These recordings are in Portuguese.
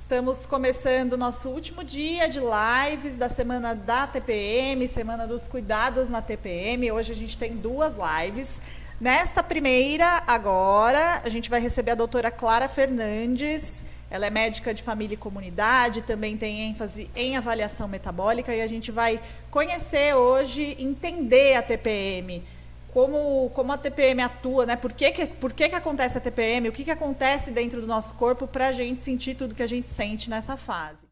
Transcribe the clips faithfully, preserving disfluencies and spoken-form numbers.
Estamos começando o nosso último dia de lives da semana da T P M, Semana dos Cuidados na T P M. Hoje a gente tem duas lives. Nesta primeira, agora, a gente vai receber a doutora Clara Fernandes. Ela é médica de família e comunidade, também tem ênfase em avaliação metabólica, e a gente vai conhecer hoje, entender a T P M. Como, como a T P M atua, né? Por que, que, por que, que acontece a T P M? O que, que acontece dentro do nosso corpo para a gente sentir tudo que a gente sente nessa fase?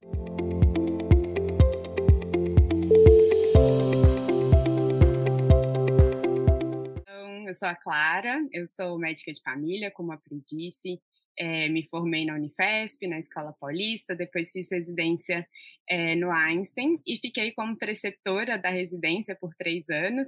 Então, eu sou a Clara, eu sou médica de família, como a Pri disse. É, me formei na Unifesp, na Escola Paulista, depois fiz residência é, no Einstein e fiquei como preceptora da residência por três anos.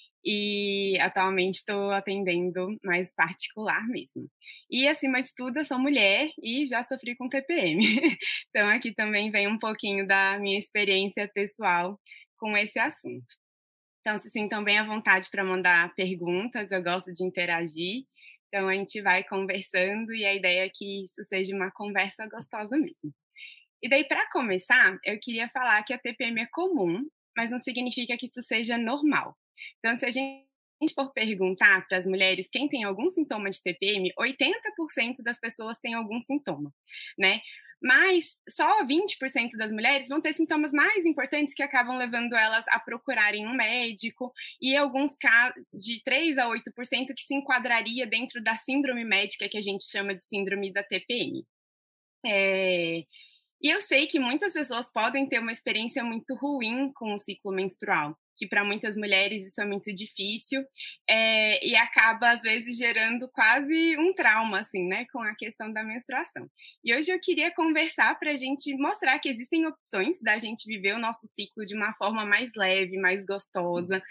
E atualmente estou atendendo mais particular mesmo. E, acima de tudo, eu sou mulher e já sofri com T P M. Então, aqui também vem um pouquinho da minha experiência pessoal com esse assunto. Então, se sintam bem à vontade para mandar perguntas, eu gosto de interagir. Então, a gente vai conversando e a ideia é que isso seja uma conversa gostosa mesmo. E daí, para começar, eu queria falar que a T P M é comum, mas não significa que isso seja normal. Então, se a gente for perguntar para as mulheres quem tem algum sintoma de T P M, oitenta por cento das pessoas têm algum sintoma, né? Mas só vinte por cento das mulheres vão ter sintomas mais importantes que acabam levando elas a procurarem um médico, e alguns casos de três a oito por cento que se enquadraria dentro da síndrome médica que a gente chama de síndrome da T P M. É... E eu sei que muitas pessoas podem ter uma experiência muito ruim com o ciclo menstrual, que para muitas mulheres isso é muito difícil, é, e acaba, às vezes, gerando quase um trauma, assim, né, com a questão da menstruação. E hoje eu queria conversar para a gente mostrar que existem opções da gente viver o nosso ciclo de uma forma mais leve, mais gostosa,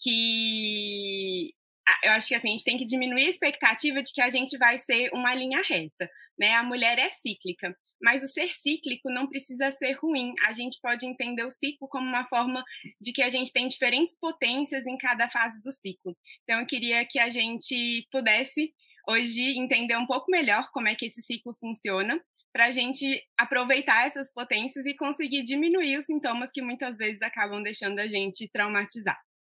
que... eu acho que assim, a gente tem que diminuir a expectativa de que a gente vai ser uma linha reta, né? A mulher é cíclica, mas o ser cíclico não precisa ser ruim. A gente pode entender o ciclo como uma forma de que a gente tem diferentes potências em cada fase do ciclo. Então, eu queria que a gente pudesse, hoje, entender um pouco melhor como é que esse ciclo funciona, para a gente aproveitar essas potências e conseguir diminuir os sintomas que muitas vezes acabam deixando a gente traumatizar.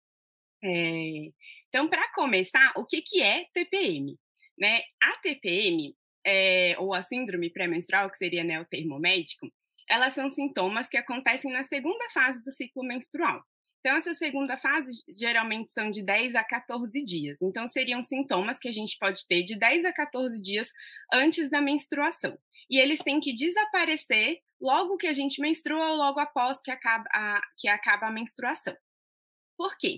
É... Então, para começar, o que, que é T P M? Né? A T P M, é, ou a síndrome pré-menstrual, que seria, né, o termo médico, elas são sintomas que acontecem na segunda fase do ciclo menstrual. Então, essa segunda fase geralmente são de dez a quatorze dias. Então, seriam sintomas que a gente pode ter de dez a quatorze dias antes da menstruação. E eles têm que desaparecer logo que a gente menstrua ou logo após que acaba a, que acaba a menstruação. Por quê?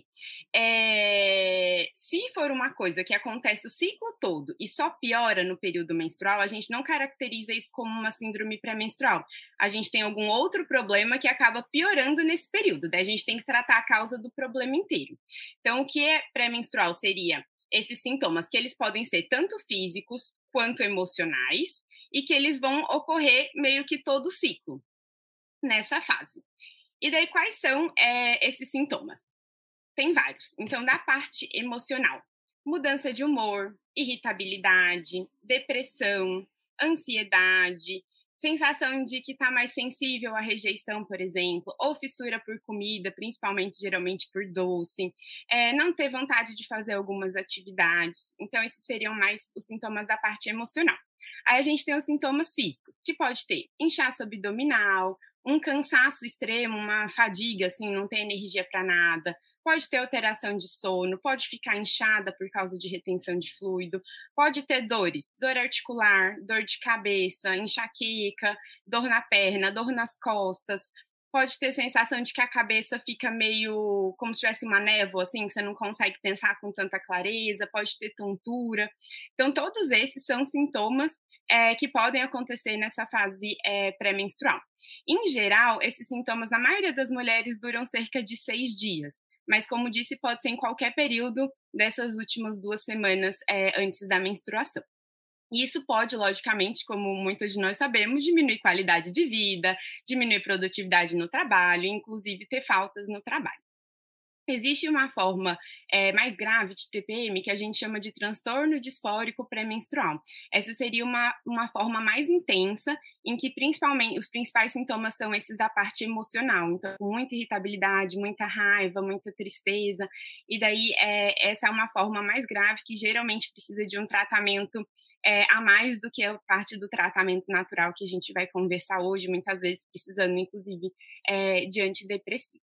É, se for uma coisa que acontece o ciclo todo e só piora no período menstrual, a gente não caracteriza isso como uma síndrome pré-menstrual. A gente tem algum outro problema que acaba piorando nesse período. Daí a gente tem que tratar a causa do problema inteiro. Então, o que é pré-menstrual seria esses sintomas, que eles podem ser tanto físicos quanto emocionais, e que eles vão ocorrer meio que todo o ciclo, nessa fase. E daí, quais são é, esses sintomas? Tem vários. Então, da parte emocional, mudança de humor, irritabilidade, depressão, ansiedade, sensação de que está mais sensível à rejeição, por exemplo, ou fissura por comida, principalmente, geralmente, por doce, é, não ter vontade de fazer algumas atividades. Então, esses seriam mais os sintomas da parte emocional. Aí a gente tem os sintomas físicos, que pode ter inchaço abdominal, um cansaço extremo, uma fadiga, assim, não tem energia para nada, pode ter alteração de sono, pode ficar inchada por causa de retenção de fluido, pode ter dores, dor articular, dor de cabeça, enxaqueca, dor na perna, dor nas costas, pode ter sensação de que a cabeça fica meio como se tivesse uma névoa, assim, que você não consegue pensar com tanta clareza, pode ter tontura. Então, todos esses são sintomas é, que podem acontecer nessa fase é, pré-menstrual. Em geral, esses sintomas, na maioria das mulheres, duram cerca de seis dias. Mas, como disse, pode ser em qualquer período dessas últimas duas semanas é, antes da menstruação. E isso pode, logicamente, como muitos de nós sabemos, diminuir qualidade de vida, diminuir produtividade no trabalho, inclusive ter faltas no trabalho. Existe uma forma é, mais grave de T P M que a gente chama de transtorno disfórico pré-menstrual. Essa seria uma, uma forma mais intensa, em que principalmente os principais sintomas são esses da parte emocional. Então, muita irritabilidade, muita raiva, muita tristeza. E daí, é, essa é uma forma mais grave que geralmente precisa de um tratamento é, a mais do que a parte do tratamento natural que a gente vai conversar hoje, muitas vezes precisando, inclusive, é, de antidepressivo.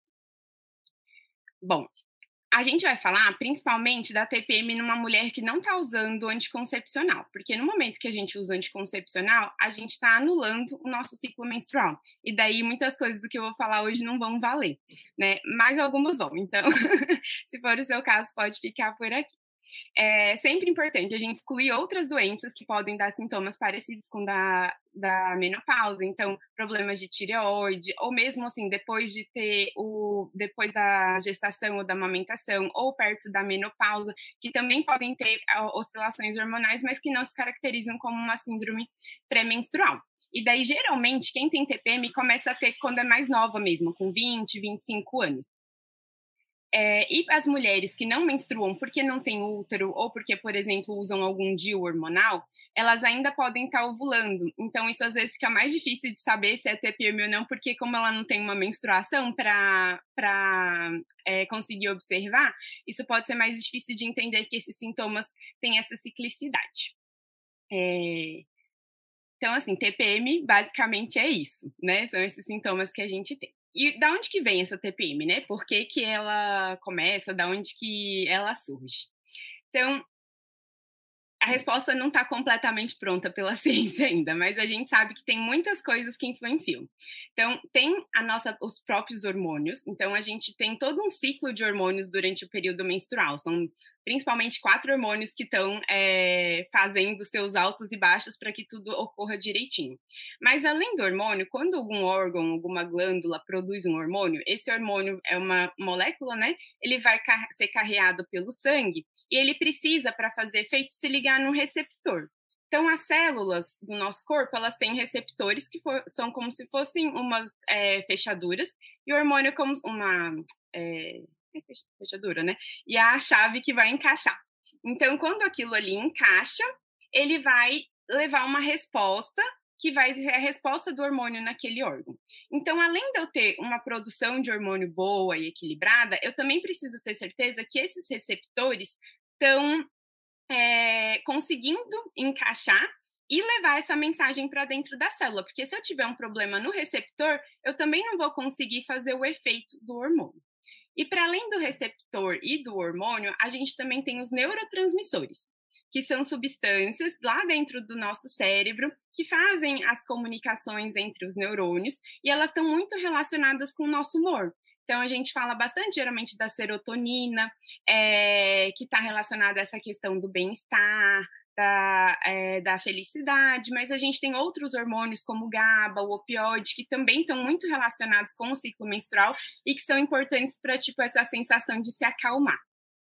Bom, a gente vai falar principalmente da T P M numa mulher que não está usando anticoncepcional, porque no momento que a gente usa anticoncepcional, a gente está anulando o nosso ciclo menstrual. E daí muitas coisas do que eu vou falar hoje não vão valer, né? Mas algumas vão. Então, se for o seu caso, pode ficar por aqui. É sempre importante a gente excluir outras doenças que podem dar sintomas parecidos com da, da menopausa, então problemas de tireoide, ou mesmo assim, depois de ter o depois da gestação ou da amamentação, ou perto da menopausa, que também podem ter oscilações hormonais, mas que não se caracterizam como uma síndrome pré-menstrual. E daí, geralmente, quem tem T P M começa a ter quando é mais nova mesmo, com vinte, vinte e cinco anos. É, e as mulheres que não menstruam porque não têm útero ou porque, por exemplo, usam algum D I U hormonal, elas ainda podem estar ovulando. Então, isso às vezes fica mais difícil de saber se é T P M ou não, porque como ela não tem uma menstruação para é, conseguir observar, isso pode ser mais difícil de entender que esses sintomas têm essa ciclicidade. É... Então, assim, T P M basicamente é isso, né? São esses sintomas que a gente tem. E da onde que vem essa T P M, né? Por que que ela começa? Da onde que ela surge? Então, a resposta não está completamente pronta pela ciência ainda, mas a gente sabe que tem muitas coisas que influenciam. Então, tem a nossa, os próprios hormônios. Então, a gente tem todo um ciclo de hormônios durante o período menstrual. São principalmente quatro hormônios que estão é, fazendo seus altos e baixos para que tudo ocorra direitinho. Mas, além do hormônio, quando algum órgão, alguma glândula produz um hormônio, esse hormônio é uma molécula, né? Ele vai car- ser carreado pelo sangue e ele precisa, para fazer efeito, se ligar num receptor. Então, as células do nosso corpo, elas têm receptores que for, são como se fossem umas é, fechaduras, e o hormônio é como uma é, fechadura, né? E a chave que vai encaixar. Então, quando aquilo ali encaixa, ele vai levar uma resposta que vai ser a resposta do hormônio naquele órgão. Então, além de eu ter uma produção de hormônio boa e equilibrada, eu também preciso ter certeza que esses receptores estão é, conseguindo encaixar e levar essa mensagem para dentro da célula, porque se eu tiver um problema no receptor, eu também não vou conseguir fazer o efeito do hormônio. E para além do receptor e do hormônio, a gente também tem os neurotransmissores, que são substâncias lá dentro do nosso cérebro que fazem as comunicações entre os neurônios e elas estão muito relacionadas com o nosso humor. Então, a gente fala bastante, geralmente, da serotonina, é, que está relacionada a essa questão do bem-estar, da, é, da felicidade, mas a gente tem outros hormônios, como o GABA, o opioide, que também estão muito relacionados com o ciclo menstrual e que são importantes para, tipo, essa sensação de se acalmar.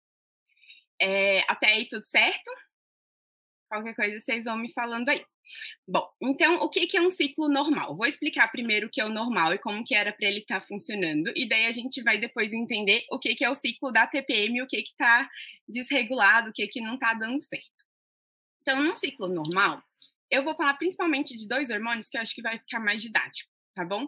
É, até aí, tudo certo? Qualquer coisa, vocês vão me falando aí. Bom, então, o que é um ciclo normal? Vou explicar primeiro o que é o normal e como que era para ele estar tá funcionando, e daí a gente vai depois entender o que é o ciclo da T P M, o que está desregulado, o que, que não está dando certo. Então, num ciclo normal, eu vou falar principalmente de dois hormônios que eu acho que vai ficar mais didático, tá bom?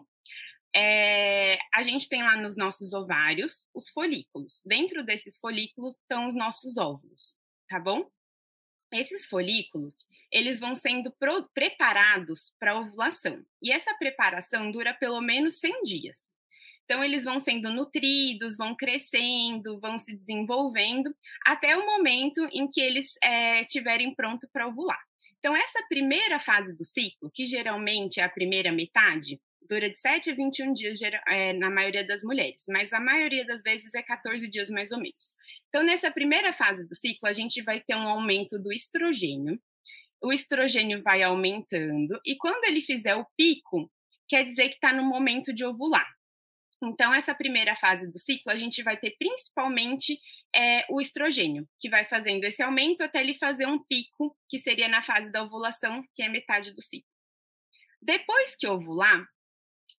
É, a gente tem lá nos nossos ovários os folículos. Dentro desses folículos estão os nossos óvulos, tá bom? Esses folículos, eles vão sendo pro, preparados para a ovulação. E essa preparação dura pelo menos cem dias. Então, eles vão sendo nutridos, vão crescendo, vão se desenvolvendo, até o momento em que eles é, estiverem prontos para ovular. Então, essa primeira fase do ciclo, que geralmente é a primeira metade, dura de sete a vinte e um dias é, na maioria das mulheres, mas a maioria das vezes é quatorze dias mais ou menos. Então, nessa primeira fase do ciclo, a gente vai ter um aumento do estrogênio, o estrogênio vai aumentando, e quando ele fizer o pico, quer dizer que está no momento de ovular. Então, essa primeira fase do ciclo, a gente vai ter principalmente é, o estrogênio, que vai fazendo esse aumento até ele fazer um pico, que seria na fase da ovulação, que é metade do ciclo. Depois que ovular,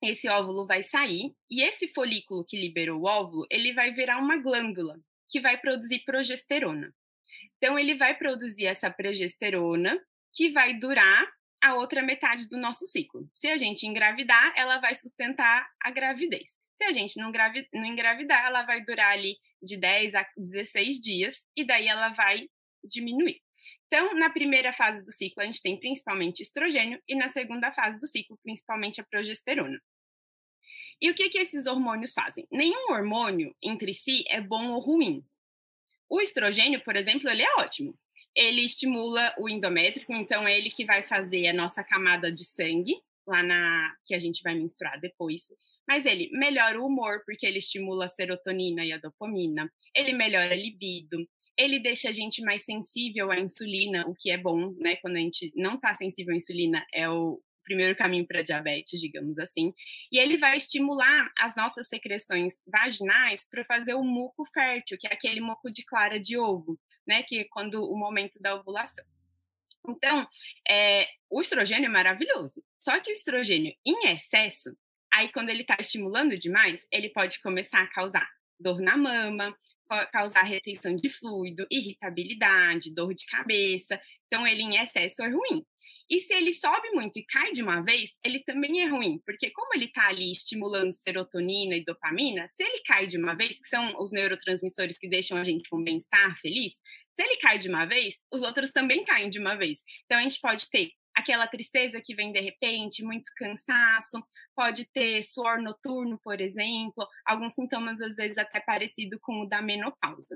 esse óvulo vai sair e esse folículo que liberou o óvulo, ele vai virar uma glândula que vai produzir progesterona. Então, ele vai produzir essa progesterona que vai durar a outra metade do nosso ciclo. Se a gente engravidar, ela vai sustentar a gravidez. Se a gente não, gravi- não engravidar, ela vai durar ali de dez a dezesseis dias e daí ela vai diminuir. Então, na primeira fase do ciclo, a gente tem principalmente estrogênio e na segunda fase do ciclo, principalmente a progesterona. E o que, que esses hormônios fazem? Nenhum hormônio, entre si, é bom ou ruim. O estrogênio, por exemplo, ele é ótimo. Ele estimula o endométrio, então é ele que vai fazer a nossa camada de sangue, lá na que a gente vai menstruar depois. Mas ele melhora o humor, porque ele estimula a serotonina e a dopamina. Ele melhora a libido. Ele deixa a gente mais sensível à insulina, o que é bom, né? Quando a gente não está sensível à insulina, é o primeiro caminho para diabetes, digamos assim. E ele vai estimular as nossas secreções vaginais para fazer o muco fértil, que é aquele muco de clara de ovo, né? Que é quando o momento da ovulação. Então, é, o estrogênio é maravilhoso. Só que o estrogênio em excesso, aí quando ele está estimulando demais, ele pode começar a causar dor na mama, causar retenção de fluido, irritabilidade, dor de cabeça. Então, ele em excesso é ruim. E se ele sobe muito e cai de uma vez, ele também é ruim, porque como ele está ali estimulando serotonina e dopamina, se ele cai de uma vez, que são os neurotransmissores que deixam a gente com bem-estar, feliz, se ele cai de uma vez, os outros também caem de uma vez. Então, a gente pode ter aquela tristeza que vem de repente, muito cansaço, pode ter suor noturno, por exemplo, alguns sintomas às vezes até parecido com o da menopausa.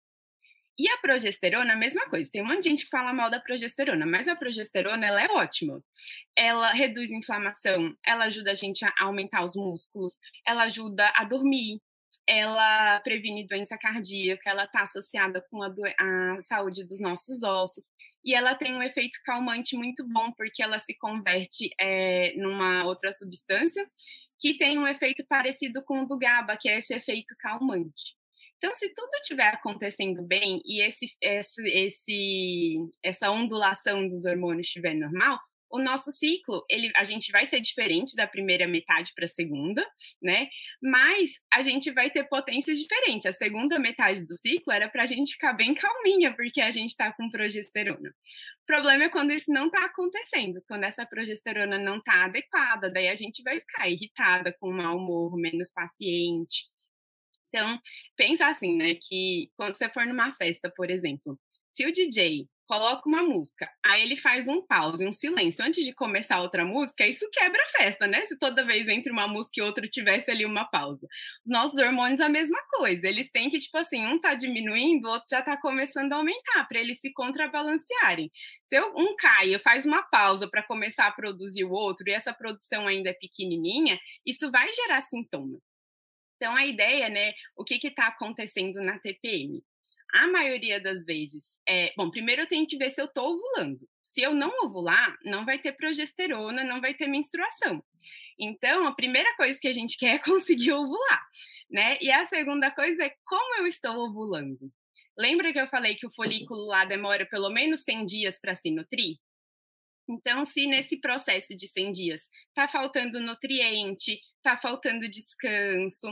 E a progesterona, a mesma coisa. Tem um monte de gente que fala mal da progesterona, mas a progesterona, ela é ótima. Ela reduz inflamação, ela ajuda a gente a aumentar os músculos, ela ajuda a dormir, ela previne doença cardíaca, ela está associada com a, a saúde dos nossos ossos. E ela tem um efeito calmante muito bom, porque ela se converte é, numa outra substância que tem um efeito parecido com o do GABA, que é esse efeito calmante. Então, se tudo estiver acontecendo bem e esse, esse, esse, essa ondulação dos hormônios estiver normal, o nosso ciclo, ele, a gente vai ser diferente da primeira metade para a segunda, né? Mas a gente vai ter potências diferentes. A segunda metade do ciclo era para a gente ficar bem calminha, porque a gente está com progesterona. O problema é quando isso não está acontecendo, quando essa progesterona não está adequada, daí a gente vai ficar irritada, com mau humor, menos paciente. Então, pensa assim, né, que quando você for numa festa, por exemplo, se o D J coloca uma música, aí ele faz um pause, um silêncio antes de começar outra música, isso quebra a festa, né? Se toda vez entre uma música e outra tivesse ali uma pausa. Os nossos hormônios a mesma coisa, eles têm que, tipo assim, um tá diminuindo, o outro já tá começando a aumentar, para eles se contrabalancearem. Se um cai, faz uma pausa para começar a produzir o outro, e essa produção ainda é pequenininha, isso vai gerar sintoma. Então, a ideia, né, o que está acontecendo na T P M? A maioria das vezes, é, bom, primeiro eu tenho que ver se eu estou ovulando. Se eu não ovular, não vai ter progesterona, não vai ter menstruação. Então, a primeira coisa que a gente quer é conseguir ovular, né? E a segunda coisa é como eu estou ovulando. Lembra que eu falei que o folículo lá demora pelo menos cem dias para se nutrir? Então, se nesse processo de cem dias está faltando nutriente, está faltando descanso,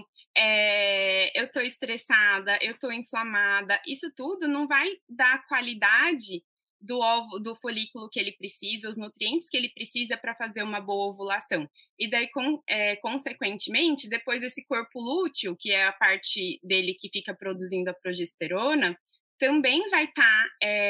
é, eu estou estressada, eu estou inflamada, isso tudo não vai dar a qualidade do, ovo, do folículo que ele precisa, os nutrientes que ele precisa para fazer uma boa ovulação. E daí, com, é, consequentemente, depois esse corpo lúteo, que é a parte dele que fica produzindo a progesterona, também vai estar tá,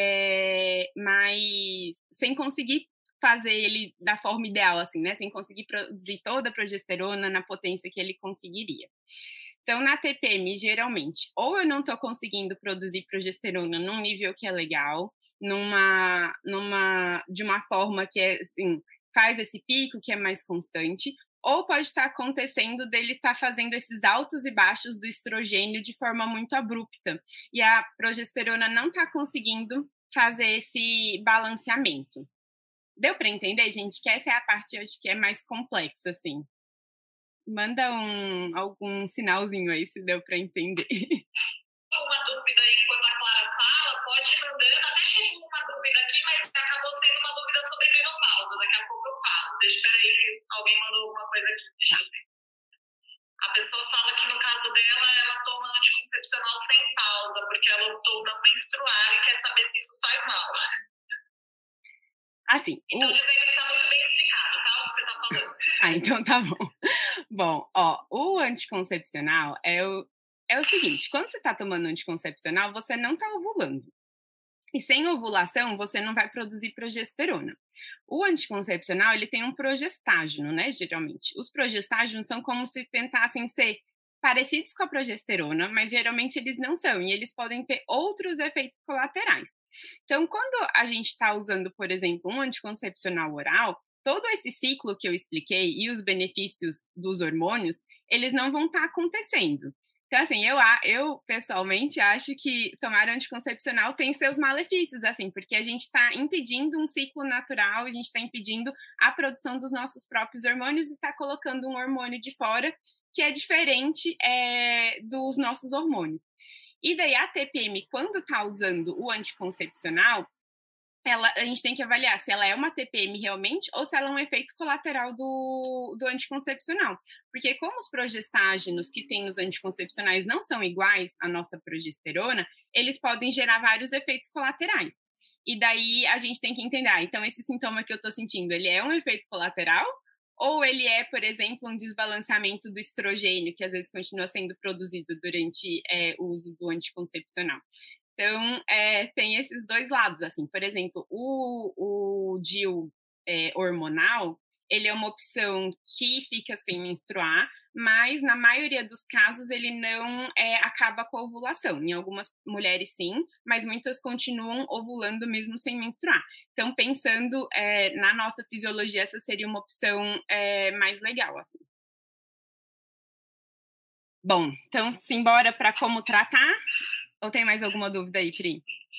é, mais sem conseguir fazer ele da forma ideal, assim, né? Sem conseguir produzir toda a progesterona na potência que ele conseguiria. Então, na T P M, geralmente, ou eu não estou conseguindo produzir progesterona num nível que é legal, numa, numa, de uma forma que é, assim, faz esse pico que é mais constante, ou pode estar acontecendo dele estar fazendo esses altos e baixos do estrogênio de forma muito abrupta, e a progesterona não está conseguindo fazer esse balanceamento. Deu para entender, gente? Que essa é a parte, acho que é mais complexa, assim. Manda um, algum sinalzinho aí, se deu para entender. Uma dúvida aí, enquanto a Clara fala, pode ir mandando. Até chegou uma dúvida aqui, mas acabou sendo uma dúvida sobre menopausa. Daqui a pouco eu falo. Deixa, peraí, alguém mandou alguma coisa aqui. Deixa eu anticoncepcional sem pausa, porque ela optou não menstruar e quer saber se isso faz mal. Assim, então, o... dizendo que está muito bem explicado, tá? O que você está falando. Ah, então tá bom. Bom, ó, o anticoncepcional é o, é o seguinte, quando você tá tomando anticoncepcional, você não tá ovulando. E sem ovulação, você não vai produzir progesterona. O anticoncepcional, ele tem um progestágeno, né, geralmente. Os progestágenos são como se tentassem ser parecidos com a progesterona, mas geralmente eles não são, e eles podem ter outros efeitos colaterais. Então, quando a gente está usando, por exemplo, um anticoncepcional oral, todo esse ciclo que eu expliquei e os benefícios dos hormônios, eles não vão estar acontecendo. Então, assim, eu, eu pessoalmente acho que tomar anticoncepcional tem seus malefícios, assim, porque a gente está impedindo um ciclo natural, a gente está impedindo a produção dos nossos próprios hormônios e está colocando um hormônio de fora que é diferente é, dos nossos hormônios. E daí a T P M, quando está usando o anticoncepcional, ela, a gente tem que avaliar se ela é uma T P M realmente ou se ela é um efeito colateral do, do anticoncepcional. Porque como os progestágenos que tem nos anticoncepcionais não são iguais à nossa progesterona, eles podem gerar vários efeitos colaterais. E daí a gente tem que entender, ah, então esse sintoma que eu estou sentindo, ele é um efeito colateral? Ou ele é, por exemplo, um desbalanceamento do estrogênio, que às vezes continua sendo produzido durante é, o uso do anticoncepcional. Então, é, tem esses dois lados, assim. Por exemplo, o, o D I U é, hormonal, ele é uma opção que fica sem menstruar, mas na maioria dos casos ele não é, acaba com a ovulação. Em algumas mulheres sim, mas muitas continuam ovulando mesmo sem menstruar. Então, pensando é, na nossa fisiologia, essa seria uma opção é, mais legal, assim. Bom, então, simbora para como tratar? Ou tem mais alguma dúvida aí, Pri?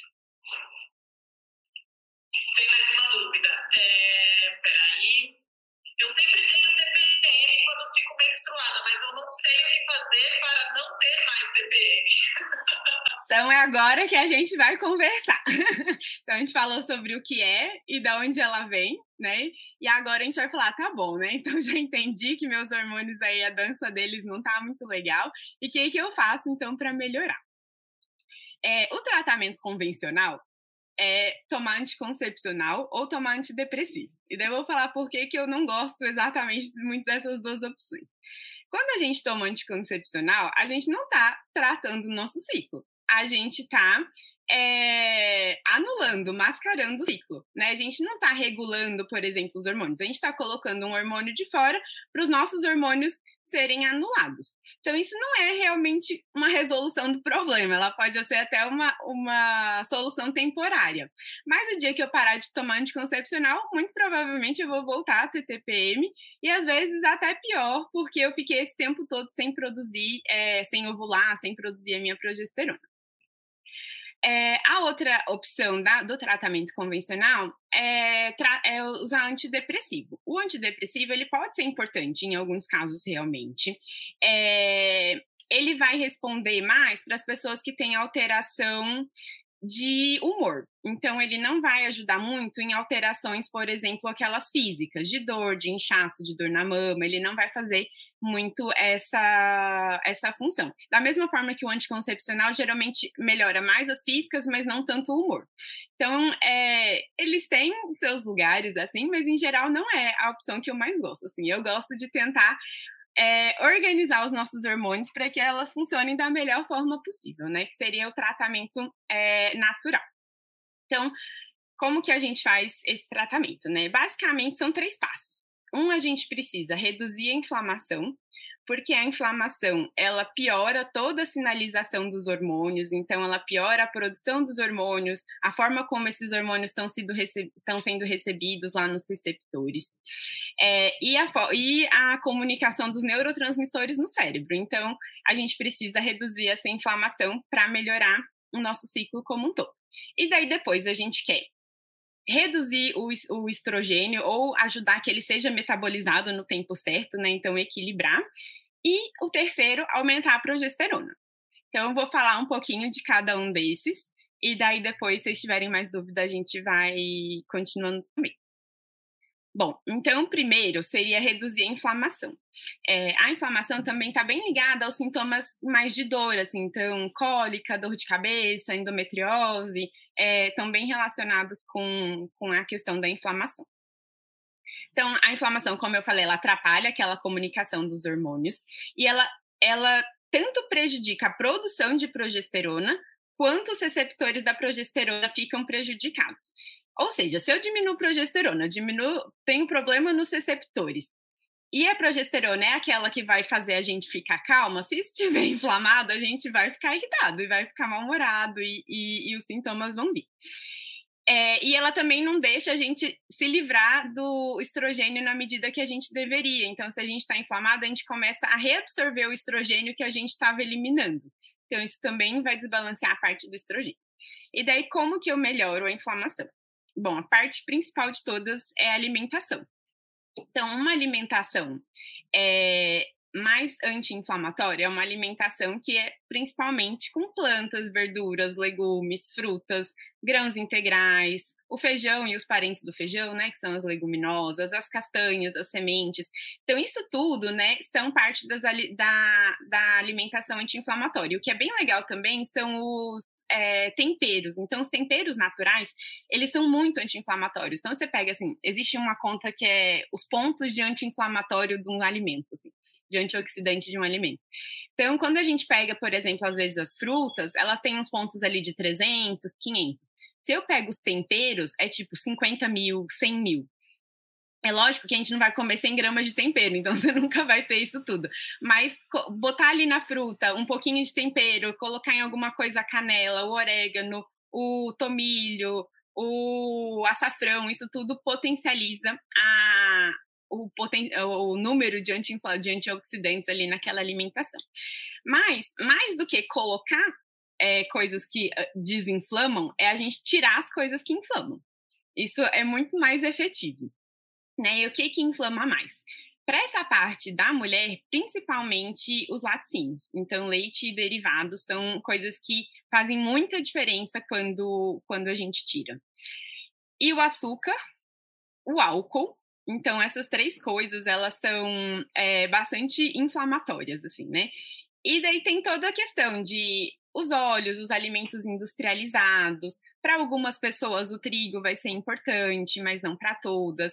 Tem mais uma dúvida. É, peraí. Eu sempre tenho T P M quando fico menstruada, mas eu não sei o que fazer para não ter mais T P M. Então é agora que a gente vai conversar. Então a gente falou sobre o que é e de onde ela vem, né? E agora a gente vai falar, tá bom, né? Então já entendi que meus hormônios aí, a dança deles não tá muito legal. E o que, que eu faço, então, para melhorar? É, o tratamento convencional é tomar anticoncepcional ou tomar antidepressivo. E daí eu vou falar por que que eu não gosto exatamente muito dessas duas opções. Quando a gente toma anticoncepcional, a gente não está tratando o nosso ciclo. A gente está é, anulando, mascarando o ciclo, né? A gente não está regulando, por exemplo, os hormônios. A gente está colocando um hormônio de fora para os nossos hormônios serem anulados. Então, isso não é realmente uma resolução do problema. Ela pode ser até uma, uma solução temporária. Mas o dia que eu parar de tomar anticoncepcional, muito provavelmente eu vou voltar a ter T P M e, às vezes, até pior, porque eu fiquei esse tempo todo sem produzir, é, sem ovular, sem produzir a minha progesterona. É, a outra opção da, do tratamento convencional é, tra, é usar antidepressivo. O antidepressivo ele pode ser importante em alguns casos realmente. É, ele vai responder mais para as pessoas que têm alteração de humor. Então, ele não vai ajudar muito em alterações, por exemplo, aquelas físicas, de dor, de inchaço, de dor na mama. Ele não vai fazer muito essa, essa função. Da mesma forma que o anticoncepcional geralmente melhora mais as físicas, mas não tanto o humor. Então, é, eles têm seus lugares, assim, mas em geral não é a opção que eu mais gosto. Assim, eu gosto de tentar É, organizar os nossos hormônios para que elas funcionem da melhor forma possível, né? Que seria o tratamento é, natural. Então, como que a gente faz esse tratamento, né? Basicamente, são três passos. Um, a gente precisa reduzir a inflamação, porque a inflamação, ela piora toda a sinalização dos hormônios, então ela piora a produção dos hormônios, a forma como esses hormônios estão, sido receb- estão sendo recebidos lá nos receptores, é, e, a, e a comunicação dos neurotransmissores no cérebro. Então, a gente precisa reduzir essa inflamação para melhorar o nosso ciclo como um todo. E daí, depois, a gente quer reduzir o, o estrogênio ou ajudar que ele seja metabolizado no tempo certo, né? Então, equilibrar. E o terceiro, aumentar a progesterona. Então, eu vou falar um pouquinho de cada um desses. E daí, depois, se vocês tiverem mais dúvida, a gente vai continuando também. Bom, então, primeiro seria reduzir a inflamação. É, a inflamação também está bem ligada aos sintomas mais de dor, assim, então, cólica, dor de cabeça, endometriose, é, estão bem relacionados com, com a questão da inflamação. Então, a inflamação, como eu falei, ela atrapalha aquela comunicação dos hormônios e ela, ela tanto prejudica a produção de progesterona, quanto os receptores da progesterona ficam prejudicados. Ou seja, se eu diminuo progesterona, diminuo, tenho problema nos receptores, e a progesterona é aquela que vai fazer a gente ficar calma, se estiver inflamado, a gente vai ficar irritado e vai ficar mal-humorado e, e, e os sintomas vão vir. É, e ela também não deixa a gente se livrar do estrogênio na medida que a gente deveria. Então, se a gente está inflamado, a gente começa a reabsorver o estrogênio que a gente estava eliminando. Então, isso também vai desbalancear a parte do estrogênio. E daí, como que eu melhoro a inflamação? Bom, a parte principal de todas é a alimentação. Então, uma alimentação é, mais anti-inflamatória é uma alimentação que é principalmente com plantas, verduras, legumes, frutas, grãos integrais, o feijão e os parentes do feijão, né, que são as leguminosas, as castanhas, as sementes. Então, isso tudo, né, são parte das, da, da alimentação anti-inflamatória. O que é bem legal também são os é, temperos. Então, os temperos naturais, eles são muito anti-inflamatórios. Então, você pega, assim, existe uma conta que é os pontos de anti-inflamatório de um alimento, assim, de antioxidante de um alimento. Então, quando a gente pega, por exemplo, às vezes as frutas, elas têm uns pontos ali de trezentos, quinhentos. Se eu pego os temperos, é tipo cinquenta mil, cem mil. É lógico que a gente não vai comer cem gramas de tempero, então você nunca vai ter isso tudo. Mas botar ali na fruta um pouquinho de tempero, colocar em alguma coisa a canela, o orégano, o tomilho, o açafrão, isso tudo potencializa a... O, poten... o número de, anti... de antioxidantes ali naquela alimentação. Mas, mais do que colocar é, coisas que desinflamam, é a gente tirar as coisas que inflamam. Isso é muito mais efetivo. Né? E o que que inflama mais? Para essa parte da mulher, principalmente os laticínios. Então, leite e derivados são coisas que fazem muita diferença quando, quando a gente tira. E o açúcar, o álcool. Então, essas três coisas, elas são é, bastante inflamatórias, assim, né? E daí tem toda a questão de os óleos, os alimentos industrializados. Para algumas pessoas, o trigo vai ser importante, mas não para todas.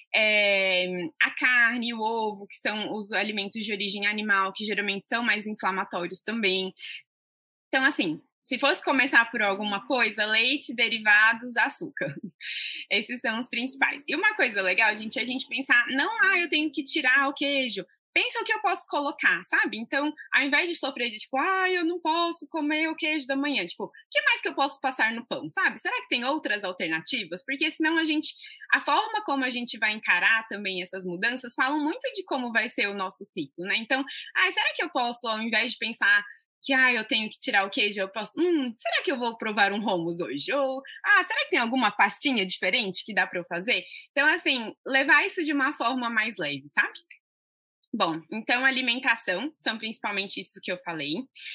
É, a carne, o ovo, que são os alimentos de origem animal, que geralmente são mais inflamatórios também. Então, assim... Se fosse começar por alguma coisa, leite, derivados, açúcar. Esses são os principais. E uma coisa legal, gente, é a gente pensar, não, ah, eu tenho que tirar o queijo. Pensa o que eu posso colocar, sabe? Então, ao invés de sofrer de, tipo, ah, eu não posso comer o queijo da manhã. Tipo, o que mais que eu posso passar no pão, sabe? Será que tem outras alternativas? Porque senão a gente... A forma como a gente vai encarar também essas mudanças falam muito de como vai ser o nosso ciclo, né? Então, ah, será que eu posso, ao invés de pensar... que ah, eu tenho que tirar o queijo, eu posso, hum, será que eu vou provar um hummus hoje? Ou, ah, será que tem alguma pastinha diferente que dá para eu fazer? Então, assim, levar isso de uma forma mais leve, sabe? Bom, então, alimentação, são principalmente isso que eu falei.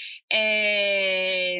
É...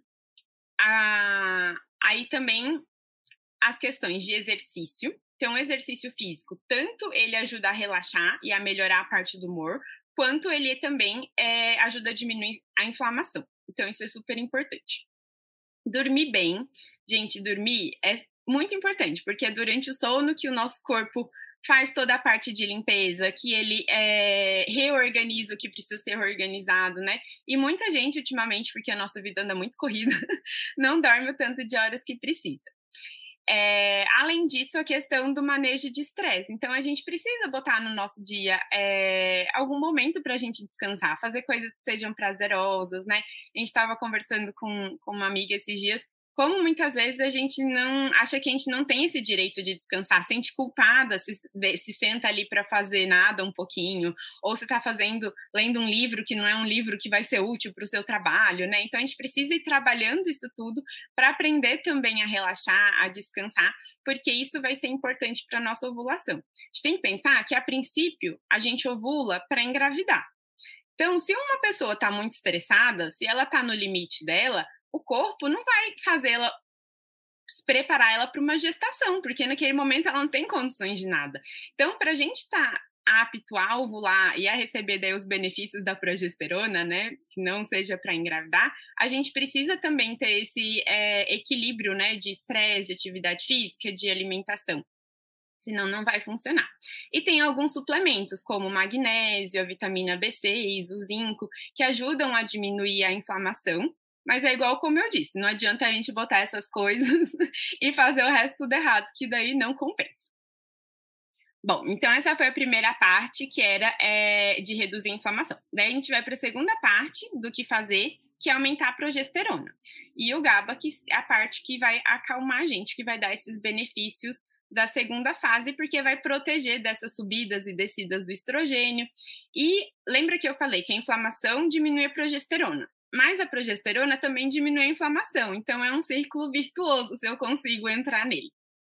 A... Aí também as questões de exercício. Então, o exercício físico, tanto ele ajuda a relaxar e a melhorar a parte do humor, quanto ele também é, ajuda a diminuir a inflamação. Então, isso é super importante. Dormir bem. Gente, dormir é muito importante, porque é durante o sono que o nosso corpo faz toda a parte de limpeza, que ele é, reorganiza o que precisa ser reorganizado, né? E muita gente, ultimamente, porque a nossa vida anda muito corrida, não dorme o tanto de horas que precisa. É, além disso, a questão do manejo de estresse. Então, a gente precisa botar no nosso dia é, algum momento para a gente descansar, fazer coisas que sejam prazerosas, né? A gente estava conversando com, com uma amiga esses dias, como muitas vezes a gente não acha que a gente não tem esse direito de descansar, sente culpada, se, se senta ali para fazer nada um pouquinho, ou se está fazendo, lendo um livro que não é um livro que vai ser útil para o seu trabalho, né? Então a gente precisa ir trabalhando isso tudo para aprender também a relaxar, a descansar, porque isso vai ser importante para a nossa ovulação. A gente tem que pensar que, a princípio, a gente ovula para engravidar. Então, se uma pessoa está muito estressada, se ela está no limite dela, o corpo não vai fazê-la preparar ela para uma gestação, porque naquele momento ela não tem condições de nada. Então, para a gente estar tá apto a ovular e a receber daí os benefícios da progesterona, né, que não seja para engravidar, a gente precisa também ter esse é, equilíbrio, né, de estresse, de atividade física, de alimentação. Senão não vai funcionar. E tem alguns suplementos, como o magnésio, a vitamina B seis, o zinco, que ajudam a diminuir a inflamação, mas é igual como eu disse, não adianta a gente botar essas coisas e fazer o resto tudo errado, que daí não compensa. Bom, então essa foi a primeira parte, que era é, de reduzir a inflamação. Daí a gente vai para a segunda parte do que fazer, que é aumentar a progesterona. E o GABA, que é a parte que vai acalmar a gente, que vai dar esses benefícios da segunda fase, porque vai proteger dessas subidas e descidas do estrogênio. E lembra que eu falei que a inflamação diminui a progesterona, mas a progesterona também diminui a inflamação, então é um círculo virtuoso se eu consigo entrar nele.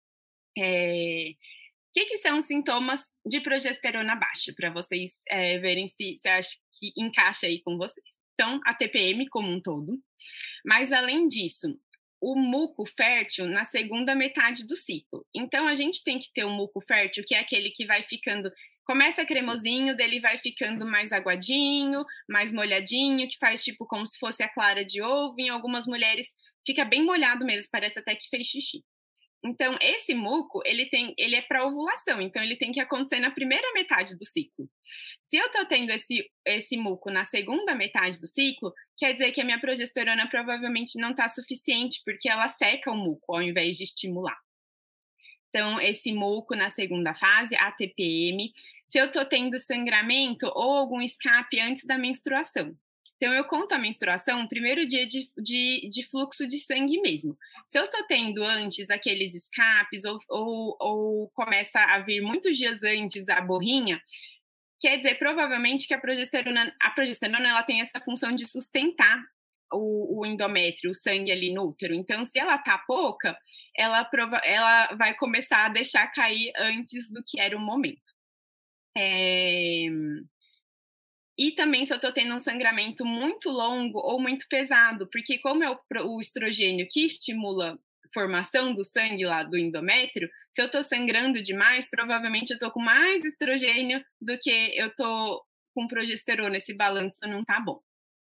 É... O que, que são os sintomas de progesterona baixa, para vocês é, verem se você acha que encaixa aí com vocês? Então, a T P M como um todo, mas além disso, o muco fértil na segunda metade do ciclo. Então, a gente tem que ter o muco fértil, que é aquele que vai ficando, começa cremosinho, dele vai ficando mais aguadinho, mais molhadinho, que faz tipo como se fosse a clara de ovo. Em algumas mulheres fica bem molhado mesmo, parece até que fez xixi. Então, esse muco, ele, tem, ele é para ovulação, então ele tem que acontecer na primeira metade do ciclo. Se eu estou tendo esse, esse muco na segunda metade do ciclo, quer dizer que a minha progesterona provavelmente não está suficiente, porque ela seca o muco ao invés de estimular. Então, esse muco na segunda fase, a T P M. Se eu estou tendo sangramento ou algum escape antes da menstruação. Então, eu conto a menstruação, o primeiro dia de, de, de fluxo de sangue mesmo. Se eu tô tendo antes aqueles escapes ou, ou, ou começa a vir muitos dias antes a borrinha, quer dizer, provavelmente que a progesterona, a progesterona ela tem essa função de sustentar o, o endométrio, o sangue ali no útero. Então, se ela tá pouca, ela, prova, ela vai começar a deixar cair antes do que era o momento. É... E também se eu estou tendo um sangramento muito longo ou muito pesado, porque como é o, o estrogênio que estimula a formação do sangue lá do endométrio, se eu estou sangrando demais, provavelmente eu estou com mais estrogênio do que eu estou com progesterona, esse balanço não está bom.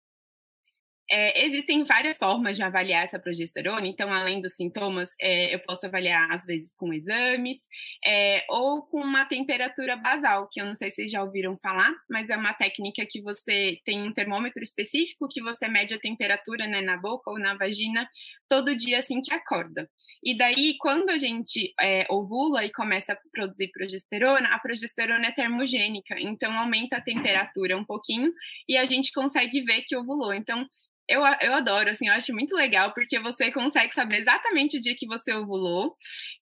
É, existem várias formas de avaliar essa progesterona, então, além dos sintomas, é, eu posso avaliar, às vezes, com exames, é, ou com uma temperatura basal, que eu não sei se vocês já ouviram falar, mas é uma técnica que você tem um termômetro específico, que você mede a temperatura, né, na boca ou na vagina, todo dia assim que acorda. E daí, quando a gente é, ovula e começa a produzir progesterona, a progesterona é termogênica, então aumenta a temperatura um pouquinho e a gente consegue ver que ovulou. Então, Eu, eu adoro, assim, eu acho muito legal, porque você consegue saber exatamente o dia que você ovulou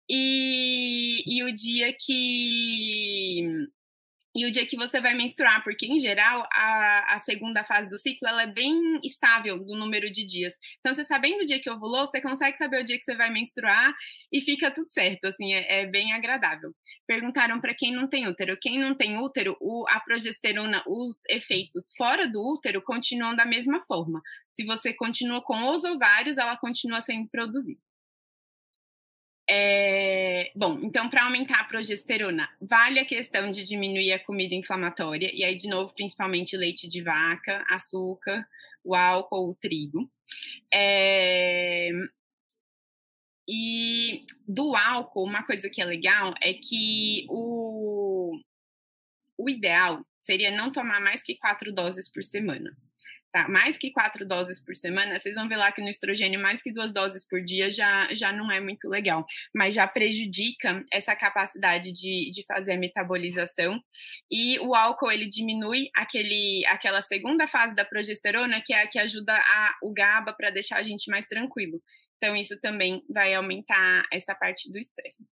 e, e o dia que... E o dia que você vai menstruar, porque, em geral, a, a segunda fase do ciclo, ela é bem estável do número de dias. Então, você sabendo o dia que ovulou, você consegue saber o dia que você vai menstruar e fica tudo certo, assim, é, é bem agradável. Perguntaram para quem não tem útero. Quem não tem útero, o, a progesterona, os efeitos fora do útero continuam da mesma forma. Se você continua com os ovários, ela continua sendo produzida. É, bom, então, para aumentar a progesterona, vale a questão de diminuir a comida inflamatória, e aí, de novo, principalmente leite de vaca, açúcar, o álcool, o trigo. É, e do álcool, uma coisa que é legal é que o, o ideal seria não tomar mais que quatro doses por semana. Tá, mais que quatro doses por semana, vocês vão ver lá que no estrogênio mais que duas doses por dia já, já não é muito legal, mas já prejudica essa capacidade de, de fazer a metabolização. E o álcool, ele diminui aquele, aquela segunda fase da progesterona, que é a que ajuda a, o GABA para deixar a gente mais tranquilo. Então, isso também vai aumentar essa parte do estresse.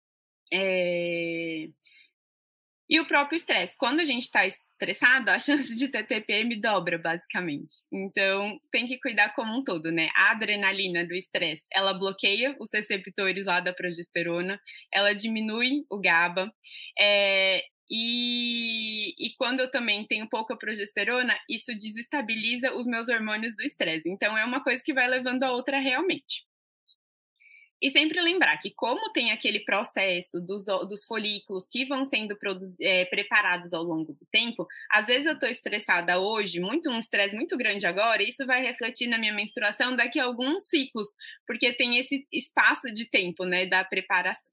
É... E o próprio estresse. Quando a gente está estressado, a chance de ter T P M dobra, basicamente. Então, tem que cuidar como um todo, né? A adrenalina do estresse, ela bloqueia os receptores lá da progesterona, ela diminui o GABA, é, e, e quando eu também tenho pouca progesterona, isso desestabiliza os meus hormônios do estresse. Então, é uma coisa que vai levando a outra realmente. E sempre lembrar que como tem aquele processo dos, dos folículos que vão sendo é, preparados ao longo do tempo, às vezes eu estou estressada hoje, muito, um estresse muito grande agora, e isso vai refletir na minha menstruação daqui a alguns ciclos, porque tem esse espaço de tempo, né, da preparação.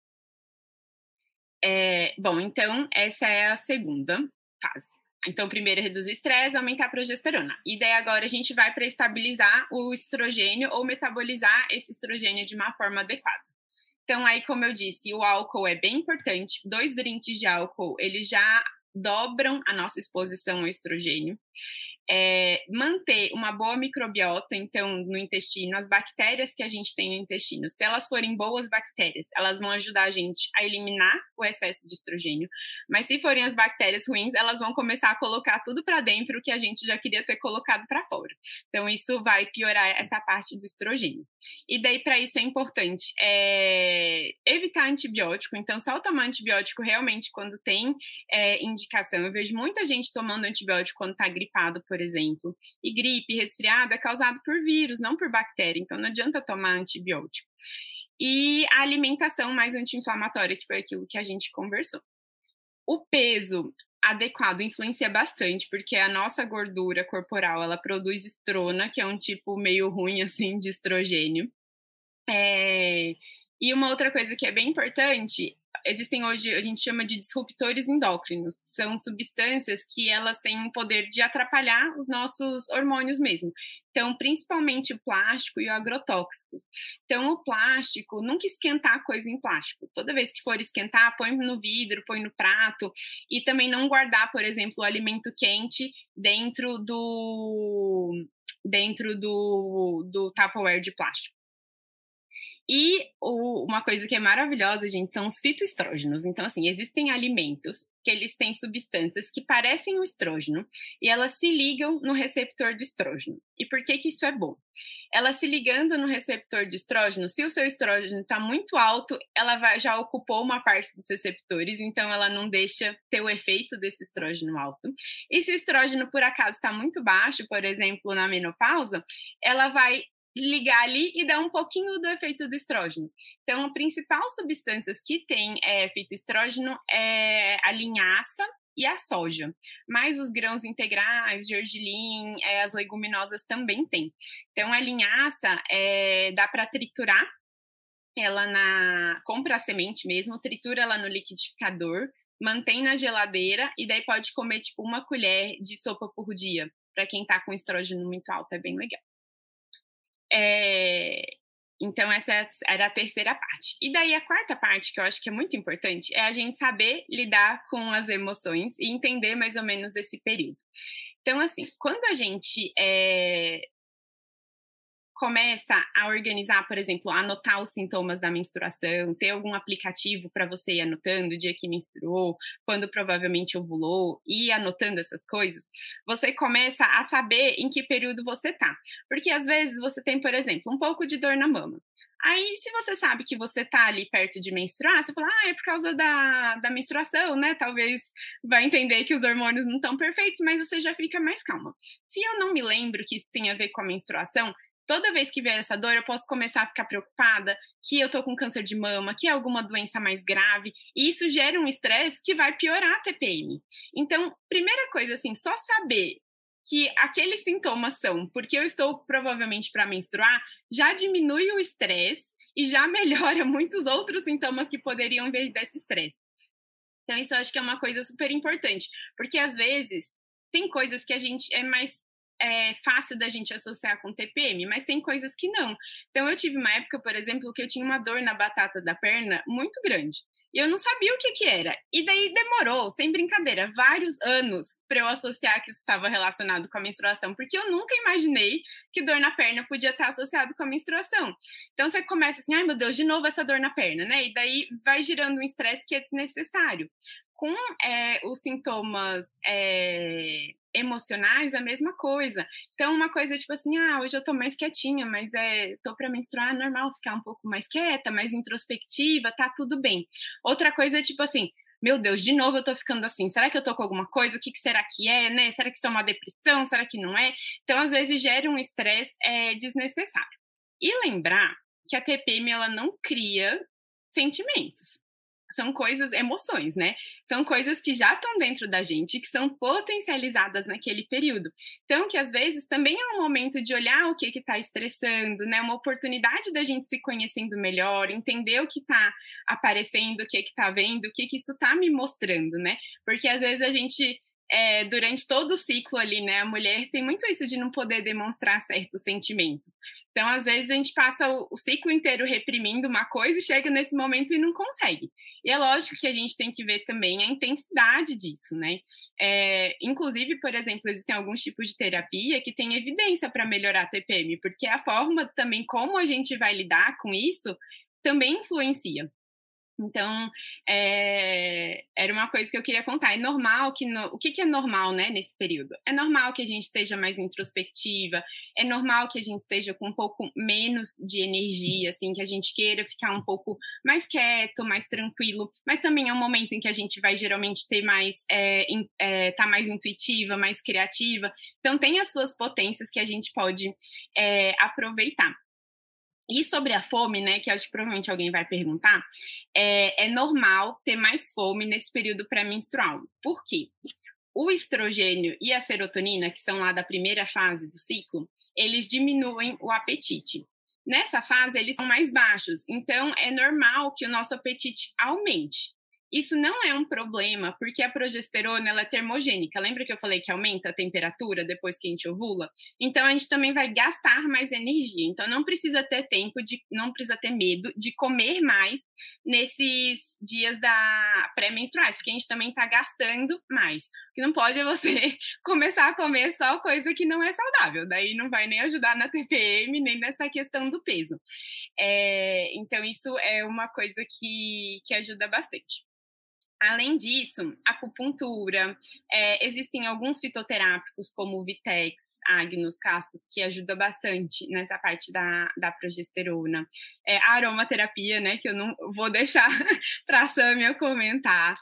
É, bom, então essa é a segunda fase. Então, primeiro, reduzir estresse, aumentar a progesterona. E daí agora a gente vai para estabilizar o estrogênio ou metabolizar esse estrogênio de uma forma adequada. Então, aí, como eu disse, o álcool é bem importante. Dois drinks de álcool, eles já dobram a nossa exposição ao estrogênio. É, manter uma boa microbiota, então, no intestino, as bactérias que a gente tem no intestino, se elas forem boas bactérias, elas vão ajudar a gente a eliminar o excesso de estrogênio, mas se forem as bactérias ruins, elas vão começar a colocar tudo para dentro que a gente já queria ter colocado para fora. Então, isso vai piorar essa parte do estrogênio. E daí, para isso, é importante é, evitar antibiótico. Então, só tomar antibiótico realmente quando tem é, indicação. Eu vejo muita gente tomando antibiótico quando está gripado, por exemplo, e gripe, resfriado é causado por vírus, não por bactéria, então não adianta tomar antibiótico. E a alimentação mais anti-inflamatória, que foi aquilo que a gente conversou. O peso adequado influencia bastante, porque a nossa gordura corporal, ela produz estrona, que é um tipo meio ruim, assim, de estrogênio. É... E uma outra coisa que é bem importante, existem hoje, a gente chama de disruptores endócrinos, são substâncias que elas têm o poder de atrapalhar os nossos hormônios mesmo. Então, principalmente o plástico e o agrotóxicos. Então, o plástico, nunca esquentar coisa em plástico. Toda vez que for esquentar, põe no vidro, põe no prato. E também não guardar, por exemplo, o alimento quente dentro do, dentro do, do Tupperware de plástico. E o, uma coisa que é maravilhosa, gente, são os fitoestrógenos. Então, assim, existem alimentos que eles têm substâncias que parecem o estrógeno e elas se ligam no receptor do estrógeno. E por que que isso é bom? Ela se ligando no receptor de estrógeno, se o seu estrógeno está muito alto, ela vai, já ocupou uma parte dos receptores, então ela não deixa ter o efeito desse estrógeno alto. E se o estrógeno, por acaso, está muito baixo, por exemplo, na menopausa, ela vai ligar ali e dar um pouquinho do efeito do estrógeno. Então, a principal substâncias que tem é, fitoestrógeno é a linhaça e a soja. Mas os grãos integrais, gergelim, é, as leguminosas também tem. Então, a linhaça é, dá para triturar ela na... compra a semente mesmo, tritura ela no liquidificador, mantém na geladeira e daí pode comer tipo uma colher de sopa por dia. Para quem está com estrógeno muito alto, é bem legal. É, então essa era a terceira parte. E daí a quarta parte, que eu acho que é muito importante, é a gente saber lidar com as emoções e entender mais ou menos esse período. Então, assim, quando a gente é, começa a organizar, por exemplo, a anotar os sintomas da menstruação, ter algum aplicativo para você ir anotando o dia que menstruou, quando provavelmente ovulou, e ir anotando essas coisas, você começa a saber em que período você tá. Porque às vezes você tem, por exemplo, um pouco de dor na mama. Aí, se você sabe que você tá ali perto de menstruar, você fala, ah, é por causa da, da menstruação, né? Talvez vai entender que os hormônios não estão perfeitos, mas você já fica mais calma. Se eu não me lembro que isso tem a ver com a menstruação, toda vez que vier essa dor, eu posso começar a ficar preocupada que eu tô com câncer de mama, que é alguma doença mais grave, e isso gera um estresse que vai piorar a T P M. Então, primeira coisa, assim, só saber que aqueles sintomas são porque eu estou provavelmente para menstruar, já diminui o estresse e já melhora muitos outros sintomas que poderiam vir desse estresse. Então, isso eu acho que é uma coisa super importante, porque às vezes tem coisas que a gente é mais é fácil da gente associar com T P M, mas tem coisas que não. Então, eu tive uma época, por exemplo, que eu tinha uma dor na batata da perna muito grande. E eu não sabia o que que era. E daí demorou, sem brincadeira, vários anos para eu associar que isso estava relacionado com a menstruação, porque eu nunca imaginei que dor na perna podia estar associado com a menstruação. Então, você começa assim, ai meu Deus, de novo essa dor na perna, né? E daí vai girando um estresse que é desnecessário. Com é, os sintomas é, emocionais, a mesma coisa. Então, uma coisa tipo assim, ah, hoje eu tô mais quietinha, mas é, tô pra menstruar, é normal ficar um pouco mais quieta, mais introspectiva, tá tudo bem. Outra coisa é tipo assim, meu Deus, de novo eu tô ficando assim, será que eu tô com alguma coisa? O que, que será que é, né? Será que isso é uma depressão? Será que não é? Então, às vezes, gera um estresse é, desnecessário. E lembrar que a T P M ela não cria sentimentos. São coisas, emoções, né? São coisas que já estão dentro da gente, que são potencializadas naquele período. Então, que às vezes também é um momento de olhar o que está estressando, né? Uma oportunidade da gente se conhecendo melhor, entender o que está aparecendo, o que está vendo, o que, que isso está me mostrando, né? Porque às vezes a gente... É, durante todo o ciclo ali, né, a mulher tem muito isso de não poder demonstrar certos sentimentos. Então, às vezes, a gente passa o, o ciclo inteiro reprimindo uma coisa e chega nesse momento e não consegue. E é lógico que a gente tem que ver também a intensidade disso, né? É, inclusive, por exemplo, existem alguns tipos de terapia que têm evidência para melhorar a T P M, porque a forma também como a gente vai lidar com isso também influencia. Então, é, era uma coisa que eu queria contar. É normal que... No, o que, que é normal, né, nesse período? É normal que a gente esteja mais introspectiva, é normal que a gente esteja com um pouco menos de energia, assim, que a gente queira ficar um pouco mais quieto, mais tranquilo, mas também é um momento em que a gente vai geralmente ter mais... É, é, tá mais intuitiva, mais criativa. Então, tem as suas potências que a gente pode é, aproveitar. E sobre a fome, né, que acho que provavelmente alguém vai perguntar, é, é normal ter mais fome nesse período pré-menstrual. Por quê? O estrogênio e a serotonina, que são lá da primeira fase do ciclo, eles diminuem o apetite. Nessa fase, eles são mais baixos, então é normal que o nosso apetite aumente. Isso não é um problema, porque a progesterona ela é termogênica. Lembra que eu falei que aumenta a temperatura depois que a gente ovula? Então, a gente também vai gastar mais energia. Então, não precisa ter tempo, de, não precisa ter medo de comer mais nesses dias da pré-menstruais, porque a gente também está gastando mais. O que não pode é você começar a comer só coisa que não é saudável. Daí não vai nem ajudar na T P M, nem nessa questão do peso. É, então, isso é uma coisa que, que ajuda bastante. Além disso, acupuntura, é, existem alguns fitoterápicos como o Vitex, Agnus, Castus, que ajuda bastante nessa parte da, da progesterona. É, a aromaterapia, né, que eu não vou deixar para a Sâmia comentar.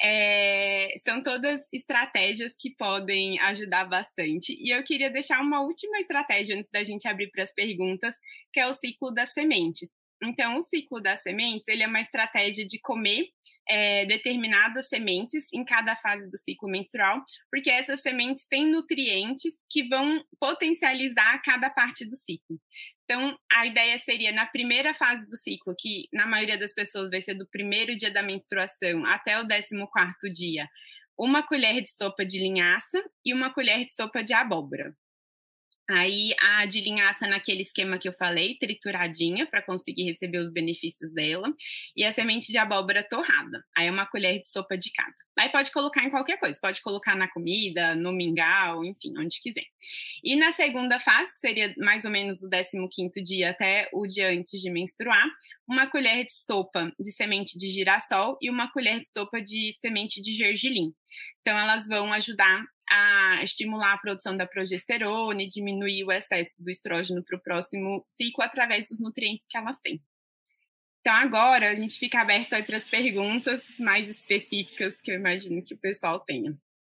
É, são todas estratégias que podem ajudar bastante. E eu queria deixar uma última estratégia antes da gente abrir para as perguntas, que é o ciclo das sementes. Então, o ciclo das sementes, ele é uma estratégia de comer é, determinadas sementes em cada fase do ciclo menstrual, porque essas sementes têm nutrientes que vão potencializar cada parte do ciclo. Então, a ideia seria, na primeira fase do ciclo, que na maioria das pessoas vai ser do primeiro dia da menstruação até o décimo quarto dia, uma colher de sopa de linhaça e uma colher de sopa de abóbora. Aí a de linhaça naquele esquema que eu falei, trituradinha, para conseguir receber os benefícios dela. E a semente de abóbora torrada. Aí é uma colher de sopa de cada. Aí pode colocar em qualquer coisa. Pode colocar na comida, no mingau, enfim, onde quiser. E na segunda fase, que seria mais ou menos o décimo quinto dia até o dia antes de menstruar, uma colher de sopa de semente de girassol e uma colher de sopa de semente de gergelim. Então, elas vão ajudar a estimular a produção da progesterona e diminuir o excesso do estrógeno para o próximo ciclo através dos nutrientes que elas têm. Então, agora a gente fica aberto aí para as perguntas mais específicas que eu imagino que o pessoal tenha.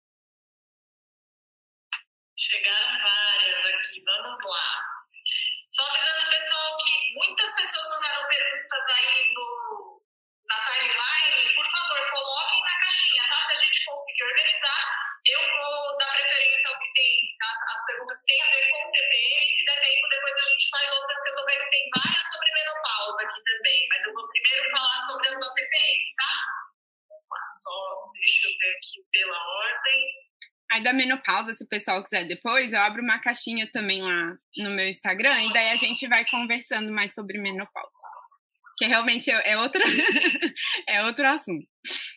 Chegaram várias aqui, vamos lá. Só avisando o pessoal que muitas pessoas mandaram perguntas aí no, na timeline. Por favor, coloquem na caixinha, tá? Para a gente conseguir organizar. Eu vou dar preferência aos que têm, as perguntas que têm a ver com o T P M. Se der tempo, depois a gente faz outras, que eu tô vendo que tem várias sobre menopausa aqui também. Mas eu vou primeiro falar sobre as da T P M, tá? Vamos lá, só deixa eu ver aqui pela ordem. Aí da menopausa, se o pessoal quiser depois, eu abro uma caixinha também lá no meu Instagram, e daí a gente vai conversando mais sobre menopausa. Que realmente é, outra, é outro assunto.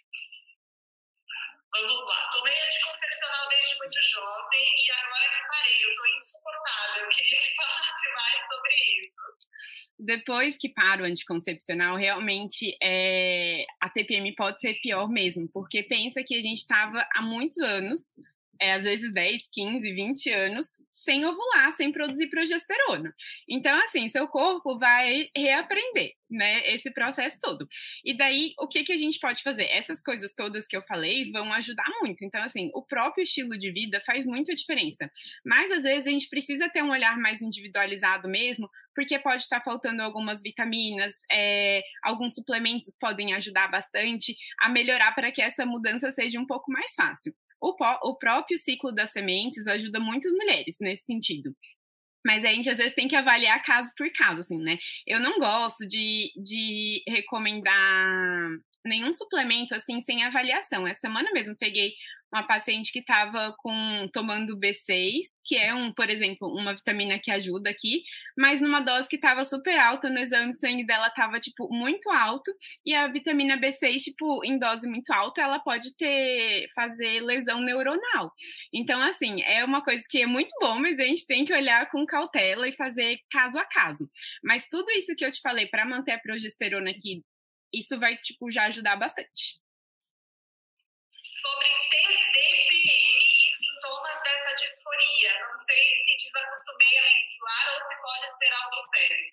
Vamos lá. Tomei anticoncepcional desde muito jovem e agora que parei, eu tô insuportável. Eu queria que falasse mais sobre isso. Depois que para o anticoncepcional, realmente é, a T P M pode ser pior mesmo, porque pensa que a gente estava há muitos anos é, às vezes dez, quinze, vinte anos sem ovular, sem produzir progesterona. Então, assim, seu corpo vai reaprender, né, esse processo todo. E daí, o que, que a gente pode fazer? Essas coisas todas que eu falei vão ajudar muito. Então, assim, o próprio estilo de vida faz muita diferença. Mas, às vezes, a gente precisa ter um olhar mais individualizado mesmo, porque pode estar faltando algumas vitaminas, é, alguns suplementos podem ajudar bastante a melhorar para que essa mudança seja um pouco mais fácil. O, o próprio ciclo das sementes ajuda muitas mulheres nesse sentido. Mas a gente, às vezes, tem que avaliar caso por caso, assim, né? Eu não gosto de, de recomendar nenhum suplemento, assim, sem avaliação. Essa semana mesmo peguei uma paciente que estava tomando B seis, que é, um, por exemplo, uma vitamina que ajuda aqui, mas numa dose que estava super alta, no exame de sangue dela estava, tipo, muito alto, e a vitamina B seis, tipo, em dose muito alta, ela pode ter, fazer lesão neuronal. Então, assim, é uma coisa que é muito bom, mas a gente tem que olhar com cautela e fazer caso a caso. Mas tudo isso que eu te falei, para manter a progesterona aqui, isso vai, tipo, já ajudar bastante. Sobre T D P M e sintomas dessa disforia. Não sei se desacostumei a menstruar ou se pode ser algo sério.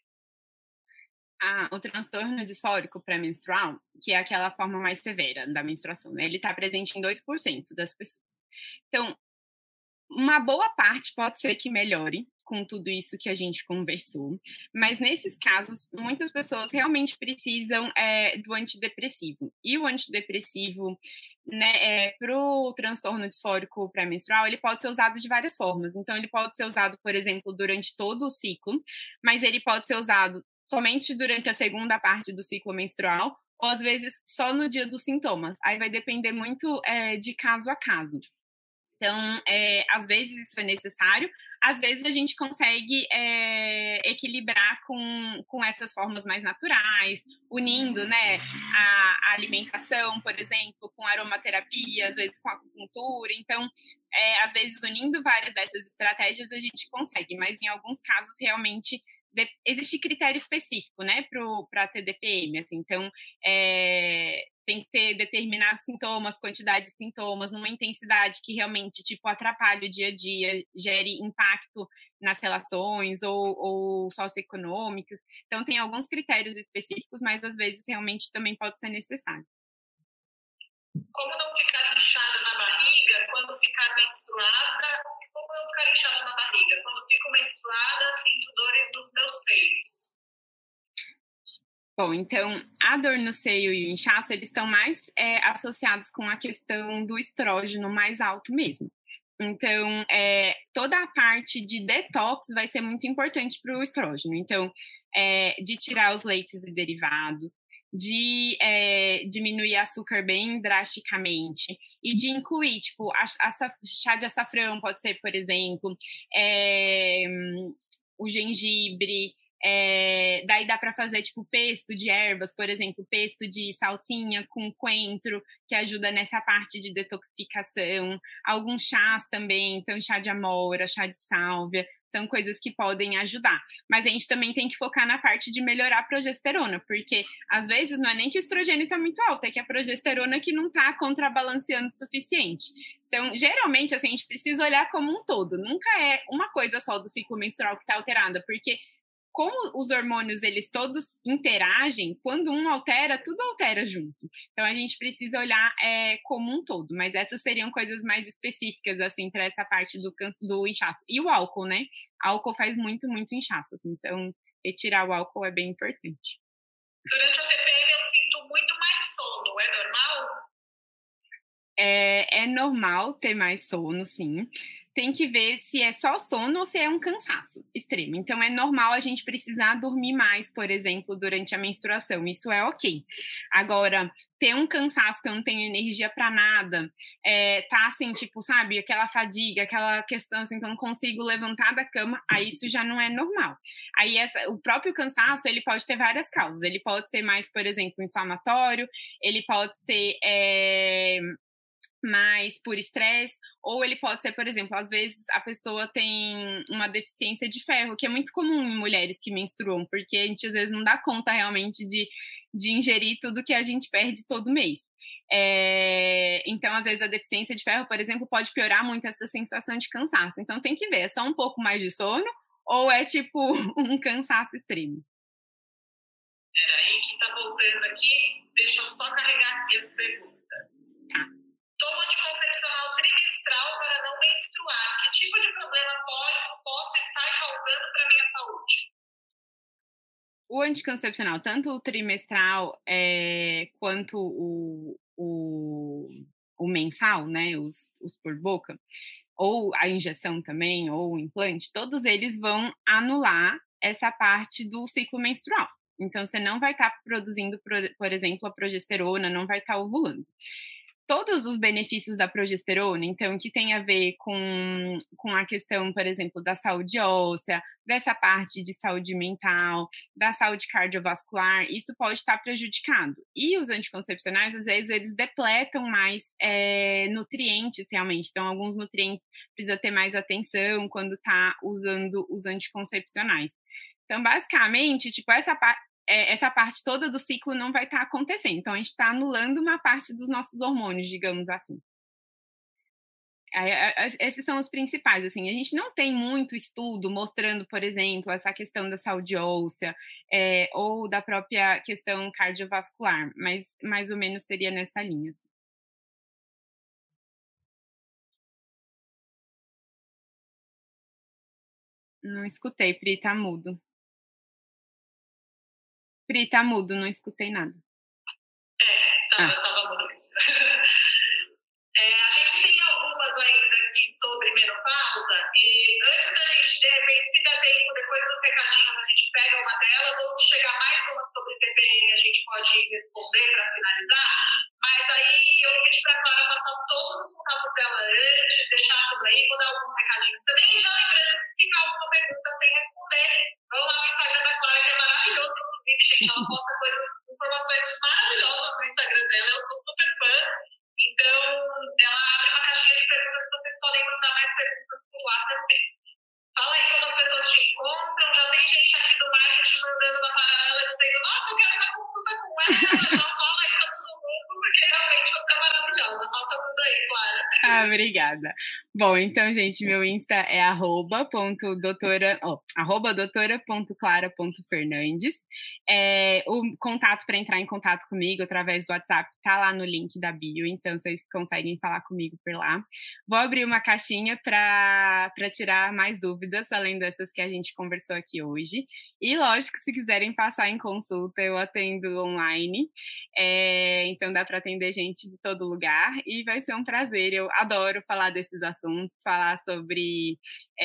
Ah, o transtorno disfórico pré-menstrual, que é aquela forma mais severa da menstruação, né? Ele está presente em dois por cento das pessoas. Então, uma boa parte pode ser que melhore com tudo isso que a gente conversou, mas nesses casos, muitas pessoas realmente precisam é, do antidepressivo. E o antidepressivo, né, é, para o transtorno disfórico pré-menstrual, ele pode ser usado de várias formas. Então, ele pode ser usado, por exemplo, durante todo o ciclo, mas ele pode ser usado somente durante a segunda parte do ciclo menstrual, ou às vezes só no dia dos sintomas. Aí vai depender muito é, de caso a caso. Então, é, às vezes isso é necessário, às vezes a gente consegue é, equilibrar com, com essas formas mais naturais, unindo, né, a, a alimentação, por exemplo, com aromaterapia, às vezes com acupuntura. Então, é, às vezes unindo várias dessas estratégias a gente consegue, mas em alguns casos realmente de, existe critério específico, né, para T D P M, assim, então é, tem que ter determinados sintomas, quantidade de sintomas, numa intensidade que realmente, tipo, atrapalhe o dia a dia, gere impacto nas relações ou, ou socioeconômicas. Então, tem alguns critérios específicos, mas às vezes realmente também pode ser necessário. Como não ficar inchada na barriga quando ficar menstruada? Como não ficar inchada na barriga? Quando fico menstruada, sinto dores nos meus seios. Bom, então, a dor no seio e o inchaço, eles estão mais é, associados com a questão do estrógeno mais alto mesmo. Então, é, toda a parte de detox vai ser muito importante para o estrógeno. Então, é, de tirar os leites e derivados, de é, diminuir açúcar bem drasticamente e de incluir, tipo, a, a, chá de açafrão pode ser, por exemplo, é, o gengibre. É, daí dá para fazer tipo pesto de ervas, por exemplo, pesto de salsinha com coentro, que ajuda nessa parte de detoxificação. Alguns chás também, então chá de amora, chá de sálvia, são coisas que podem ajudar. Mas a gente também tem que focar na parte de melhorar a progesterona, porque às vezes não é nem que o estrogênio está muito alto, é que a progesterona que não está contrabalanceando o suficiente. Então, geralmente, assim, a gente precisa olhar como um todo. Nunca é uma coisa só do ciclo menstrual que está alterada, porque como os hormônios, eles todos interagem, quando um altera, tudo altera junto. Então, a gente precisa olhar é, como um todo. Mas essas seriam coisas mais específicas, assim, para essa parte do, do inchaço. E o álcool, né? Álcool faz muito, muito inchaço. Assim, então, retirar o álcool é bem importante. Durante a T P M, eu sinto muito mais sono. É normal? É, é normal ter mais sono, sim. Tem que ver se é só sono ou se é um cansaço extremo. Então, é normal a gente precisar dormir mais, por exemplo, durante a menstruação. Isso é ok. Agora, ter um cansaço que eu não tenho energia para nada, é, tá assim, tipo, sabe, aquela fadiga, aquela questão assim, que eu não consigo levantar da cama, aí isso já não é normal. Aí, essa, o próprio cansaço, ele pode ter várias causas. Ele pode ser mais, por exemplo, inflamatório, ele pode ser... É, mais por estresse, ou ele pode ser, por exemplo, às vezes a pessoa tem uma deficiência de ferro, que é muito comum em mulheres que menstruam, porque a gente às vezes não dá conta realmente de, de ingerir tudo que a gente perde todo mês. É, então, às vezes, a deficiência de ferro, por exemplo, pode piorar muito essa sensação de cansaço. Então, tem que ver, é só um pouco mais de sono ou é, tipo, um cansaço extremo? Peraí, que tá voltando aqui. Deixa eu só carregar aqui as perguntas. Tá. Tomo anticoncepcional trimestral para não menstruar. Que tipo de problema pode, posso estar causando para minha saúde? O anticoncepcional, tanto o trimestral é, quanto o, o, o mensal, né, os, os por boca, ou a injeção também, ou o implante, todos eles vão anular essa parte do ciclo menstrual. Então, você não vai estar tá produzindo, por exemplo, a progesterona, não vai estar tá ovulando. Todos os benefícios da progesterona, então, que tem a ver com, com a questão, por exemplo, da saúde óssea, dessa parte de saúde mental, da saúde cardiovascular, isso pode estar prejudicado. E os anticoncepcionais, às vezes, eles depletam mais é, nutrientes, realmente. Então, alguns nutrientes precisa ter mais atenção quando está usando os anticoncepcionais. Então, basicamente, tipo, essa parte... essa parte toda do ciclo não vai estar tá acontecendo. Então, a gente está anulando uma parte dos nossos hormônios, digamos assim. Esses são os principais, assim. A gente não tem muito estudo mostrando, por exemplo, essa questão da saúde óssea é, ou da própria questão cardiovascular, mas mais ou menos seria nessa linha, assim. Não escutei, Pri, tá mudo. Pri, tá mudo, não escutei nada. É, tava, ah. tava mudo isso. É, a gente tem algumas ainda aqui sobre menopausa, e antes da gente, de repente, se der tempo, depois dos recadinhos, a gente pega uma delas, ou se chegar mais uma sobre T P M, a gente pode responder para finalizar. Mas aí eu vou pedir para a Clara passar todos os contatos dela antes, deixar tudo aí, vou dar alguns recadinhos também. E já lembrando que se ficar alguma pergunta sem responder, vamos lá no Instagram da Clara, que é maravilhoso, inclusive, gente. Ela posta coisas, informações maravilhosas no Instagram dela, eu sou super fã. Então, ela abre uma caixinha de perguntas que vocês podem mandar mais perguntas por lá também. Fala aí como as pessoas te encontram. Já tem gente aqui do marketing mandando uma para ela, dizendo: nossa, eu quero uma consulta com ela. Já fala aí para todo mundo, porque realmente você é maravilhosa. Passa tudo aí, Clara. Ah, obrigada. Bom, então, gente, meu Insta é arroba ponto doutora, oh, arroba doutora ponto clara ponto fernandes. É, o contato para entrar em contato comigo através do WhatsApp tá lá no link da bio, então vocês conseguem falar comigo por lá. Vou abrir uma caixinha para tirar mais dúvidas, além dessas que a gente conversou aqui hoje. E, lógico, se quiserem passar em consulta, eu atendo online. É, então, dá para atender gente de todo lugar e vai ser um prazer. Eu adoro falar desses assuntos, falar sobre,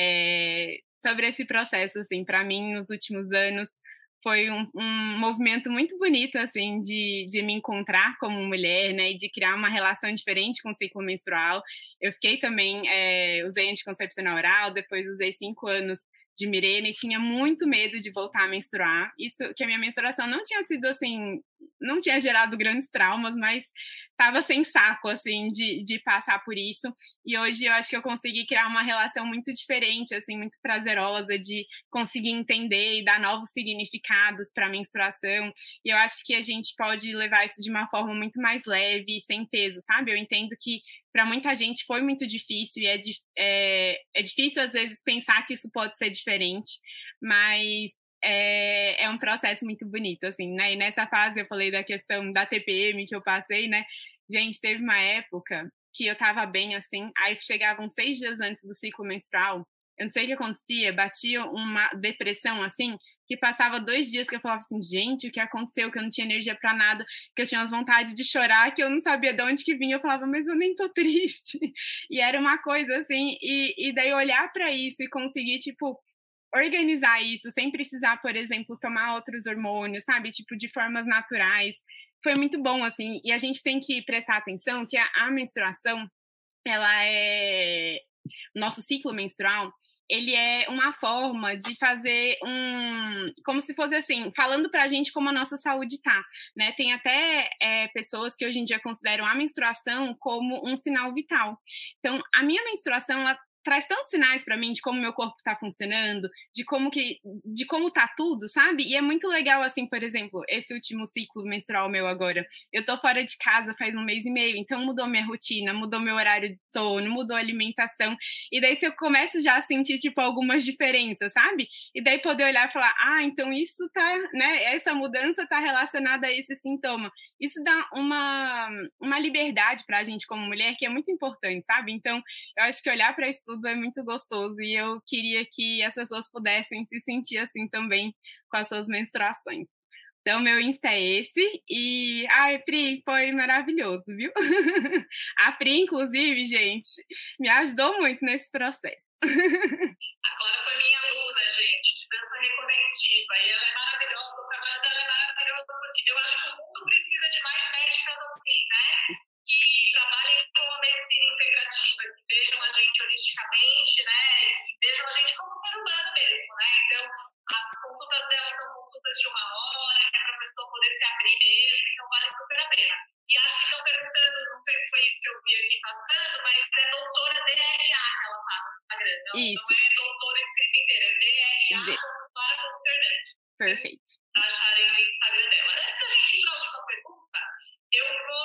é, sobre esse processo, assim, para mim, nos últimos anos, foi um, um movimento muito bonito, assim, de, de me encontrar como mulher, né, e de criar uma relação diferente com o ciclo menstrual. Eu fiquei também, é, usei anticoncepcional oral, depois usei cinco anos de Mirena e tinha muito medo de voltar a menstruar. Isso, que a minha menstruação não tinha sido, assim, não tinha gerado grandes traumas, mas estava sem saco, assim, de, de passar por isso. E hoje eu acho que eu consegui criar uma relação muito diferente, assim, muito prazerosa, de conseguir entender e dar novos significados para a menstruação. E eu acho que a gente pode levar isso de uma forma muito mais leve e sem peso, sabe? Eu entendo que para muita gente foi muito difícil e é, é, é difícil, às vezes, pensar que isso pode ser diferente, mas é, é um processo muito bonito, assim, né? E nessa fase eu falei da questão da T P M que eu passei, né? Gente, teve uma época que eu tava bem, assim, aí chegavam seis dias antes do ciclo menstrual, eu não sei o que acontecia, batia uma depressão, assim, que passava dois dias que eu falava assim, gente, o que aconteceu? Que eu não tinha energia pra nada, que eu tinha umas vontades de chorar, que eu não sabia de onde que vinha. Eu falava, mas eu nem tô triste. E era uma coisa assim, e, e daí olhar pra isso e conseguir, tipo, organizar isso, sem precisar, por exemplo, tomar outros hormônios, sabe? Tipo, de formas naturais. Foi muito bom, assim, e a gente tem que prestar atenção que a, a menstruação, ela é... O nosso ciclo menstrual, ele é uma forma de fazer um... Como se fosse assim, falando pra gente como a nossa saúde tá, né? Tem até é, pessoas que hoje em dia consideram a menstruação como um sinal vital. Então, a minha menstruação, ela traz tantos sinais para mim de como meu corpo tá funcionando, de como que, de como tá tudo, sabe? E é muito legal, assim, por exemplo, esse último ciclo menstrual meu agora, eu tô fora de casa faz um mês e meio, então mudou minha rotina, mudou meu horário de sono, mudou a alimentação, e daí se eu começo já a sentir, tipo, algumas diferenças, sabe? E daí poder olhar e falar, ah, então isso tá, né, essa mudança tá relacionada a esse sintoma. Isso dá uma, uma liberdade pra gente como mulher que é muito importante, sabe? Então, eu acho que olhar para isso tudo é muito gostoso e eu queria que as pessoas pudessem se sentir assim também com as suas menstruações. Então, meu Insta é esse e... Ai, Pri, foi maravilhoso, viu? A Pri, inclusive, gente, me ajudou muito nesse processo. A Clara foi minha aluna, gente, de dança reconectiva, e ela é maravilhosa, o trabalho dela é maravilhoso, porque eu acho que o mundo precisa de mais médicas assim, né? Que trabalhem com a medicina integrativa, que vejam a gente holisticamente, né? E vejam a gente como ser humano mesmo, né? Então, as consultas delas são consultas de uma hora, que é para a pessoa poder se abrir mesmo, então vale super a pena. E acho que estão perguntando, não sei se foi isso que eu vi aqui passando, mas é doutora D R A que ela tá no Instagram. Então, isso. Não é doutora escrita inteira, é D R A Clara Fernandes. Perfeito. Para acharem no Instagram dela. Antes da gente ir para a última pergunta, eu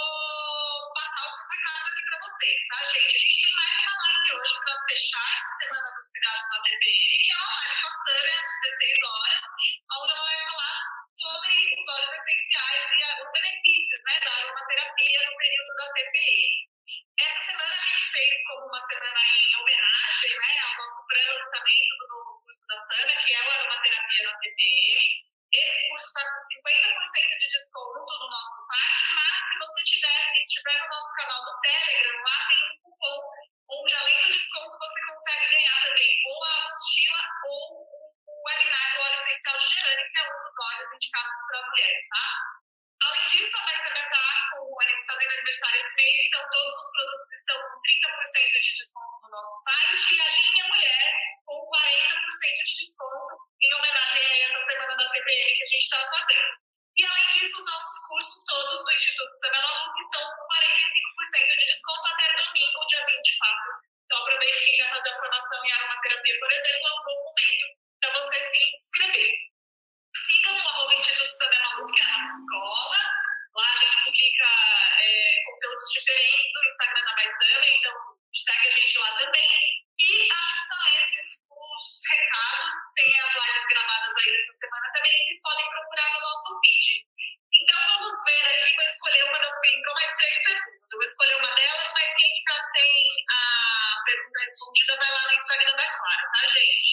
vou passar alguns recados aqui para vocês, tá, gente? A gente tem mais uma live hoje para fechar essa semana dos cuidados na T P M, que é uma live com a Sânia às dezesseis horas, onde ela vai falar sobre os óleos essenciais e a, os benefícios, né, da aromaterapia no período da T P M. Essa semana a gente fez como uma semana em homenagem, né, ao nosso pré-lançamento do novo curso da Sânia, que é o Aromaterapia na T P M. Esse curso está com cinquenta por cento de desconto no nosso site, mas se você tiver, estiver no nosso canal do Telegram, lá tem um cupom onde, além do desconto, você consegue ganhar também ou a apostila ou o webinar do óleo essencial de gerânio, que é um dos óleos indicados para a mulher, tá? Além disso, a Maisana está fazendo aniversário esse mês, então todos os produtos estão com trinta por cento de desconto no nosso site e a linha mulher com quarenta por cento de desconto em homenagem a essa semana da T P M que a gente estava fazendo. E além disso, os nossos cursos todos do Instituto Sânia Maluf estão com quarenta e cinco por cento de desconto até domingo, dia vinte e quatro. Então aproveite quem vai fazer a formação em aromaterapia, por exemplo, é um bom momento para você se inscrever. Sigam o arroba Instituto Sânia Maluf, que é a nossa escola. Lá a gente publica é, conteúdos diferentes no Instagram da Maisana, então segue a gente lá também. E acho que são esses os recados. Tem as lives gravadas aí nessa semana também, vocês podem procurar no nosso feed. Então vamos ver aqui, vou escolher uma das perguntas, mais três perguntas. Eu vou escolher uma delas, mas quem ficar sem a pergunta respondida vai lá no Instagram da Clara, tá, gente?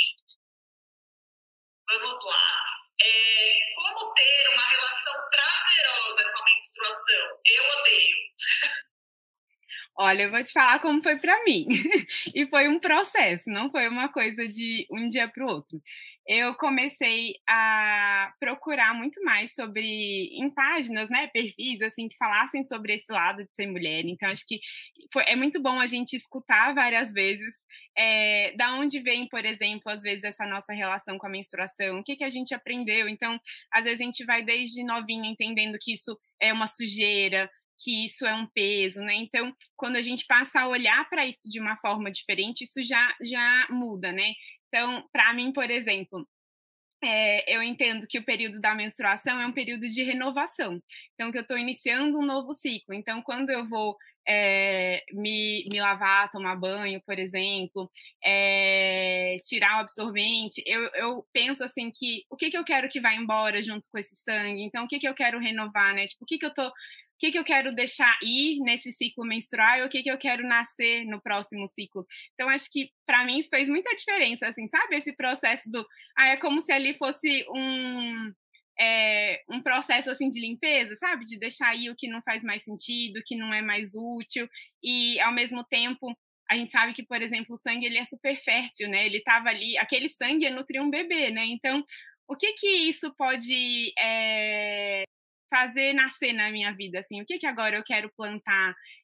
Vamos lá. É, como ter uma relação prazerosa com a menstruação? Eu odeio. Olha, eu vou te falar como foi para mim. E foi um processo, não foi uma coisa de um dia para o outro. Eu comecei a procurar muito mais sobre, em páginas, né, perfis, assim, que falassem sobre esse lado de ser mulher. Então, acho que foi, é muito bom a gente escutar várias vezes é, da onde vem, por exemplo, às vezes, essa nossa relação com a menstruação, o que, que a gente aprendeu. Então, às vezes, a gente vai desde novinha entendendo que isso é uma sujeira, que isso é um peso, né? Então, quando a gente passa a olhar para isso de uma forma diferente, isso já, já muda, né? Então, para mim, por exemplo, é, eu entendo que o período da menstruação é um período de renovação. Então, que eu estou iniciando um novo ciclo. Então, quando eu vou é, me, me lavar, tomar banho, por exemplo, é, tirar o absorvente, eu, eu penso assim que o que, que eu quero que vá embora junto com esse sangue? Então, o que, que eu quero renovar, né? Tipo, o que, que eu tô... O que, que eu quero deixar ir nesse ciclo menstrual e o que, que eu quero nascer no próximo ciclo. Então, acho que, para mim, isso fez muita diferença, assim, sabe? Esse processo do... Ah, é como se ali fosse um, é, um processo, assim, de limpeza, sabe? De deixar ir o que não faz mais sentido, o que não é mais útil. E, ao mesmo tempo, a gente sabe que, por exemplo, o sangue, ele é super fértil, né? Ele estava ali... Aquele sangue ia nutrir um bebê, né? Então, o que que isso pode... É, fazer nascer na minha vida, assim, o que que agora eu quero plantar?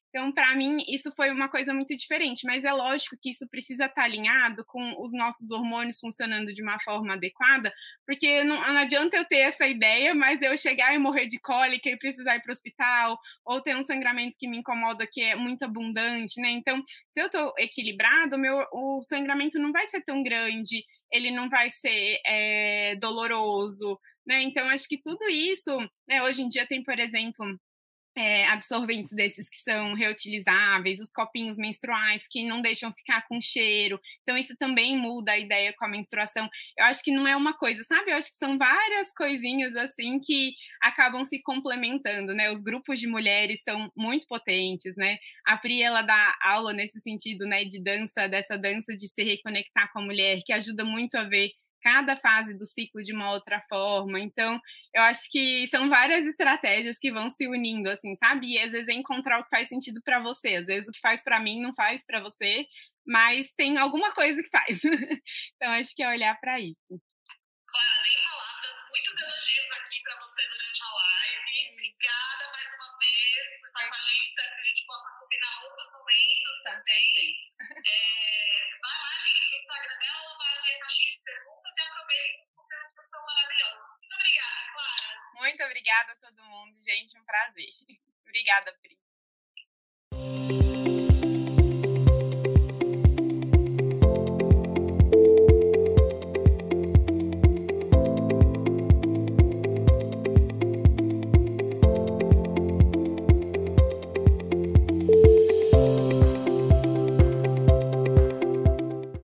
Então, para mim, isso foi uma coisa muito diferente, mas é lógico que isso precisa estar alinhado com os nossos hormônios funcionando de uma forma adequada, porque não, não adianta eu ter essa ideia, mas eu chegar e morrer de cólica e precisar ir para o hospital, ou ter um sangramento que me incomoda, que é muito abundante, né? Então, se eu estou equilibrado, meu, o sangramento não vai ser tão grande, ele não vai ser é, doloroso, né? Então, acho que tudo isso, né, hoje em dia tem, por exemplo, É, absorventes desses que são reutilizáveis, os copinhos menstruais que não deixam ficar com cheiro. Então, isso também muda a ideia com a menstruação. Eu acho que não é uma coisa, sabe? Eu acho que são várias coisinhas assim que acabam se complementando, né? Os grupos de mulheres são muito potentes, né? A Pri, ela dá aula nesse sentido, né? De dança, dessa dança de se reconectar com a mulher, que ajuda muito a ver cada fase do ciclo de uma outra forma. Então, eu acho que são várias estratégias que vão se unindo, assim, sabe? E às vezes é encontrar o que faz sentido para você. Às vezes o que faz para mim não faz para você, mas tem alguma coisa que faz. Então, acho que é olhar para isso. Clara, nem palavras, muitos elogios aqui para você durante a live. Obrigada mais uma vez por estar com a gente. Espero que a gente possa combinar outros momentos também. É, vai lá, gente, no Instagram dela, vai abrir a caixinha de perguntas e aproveitem os conteúdos que são maravilhosos. Muito obrigada, Clara. Muito obrigada a todo mundo, gente. Um prazer. Obrigada, Pri.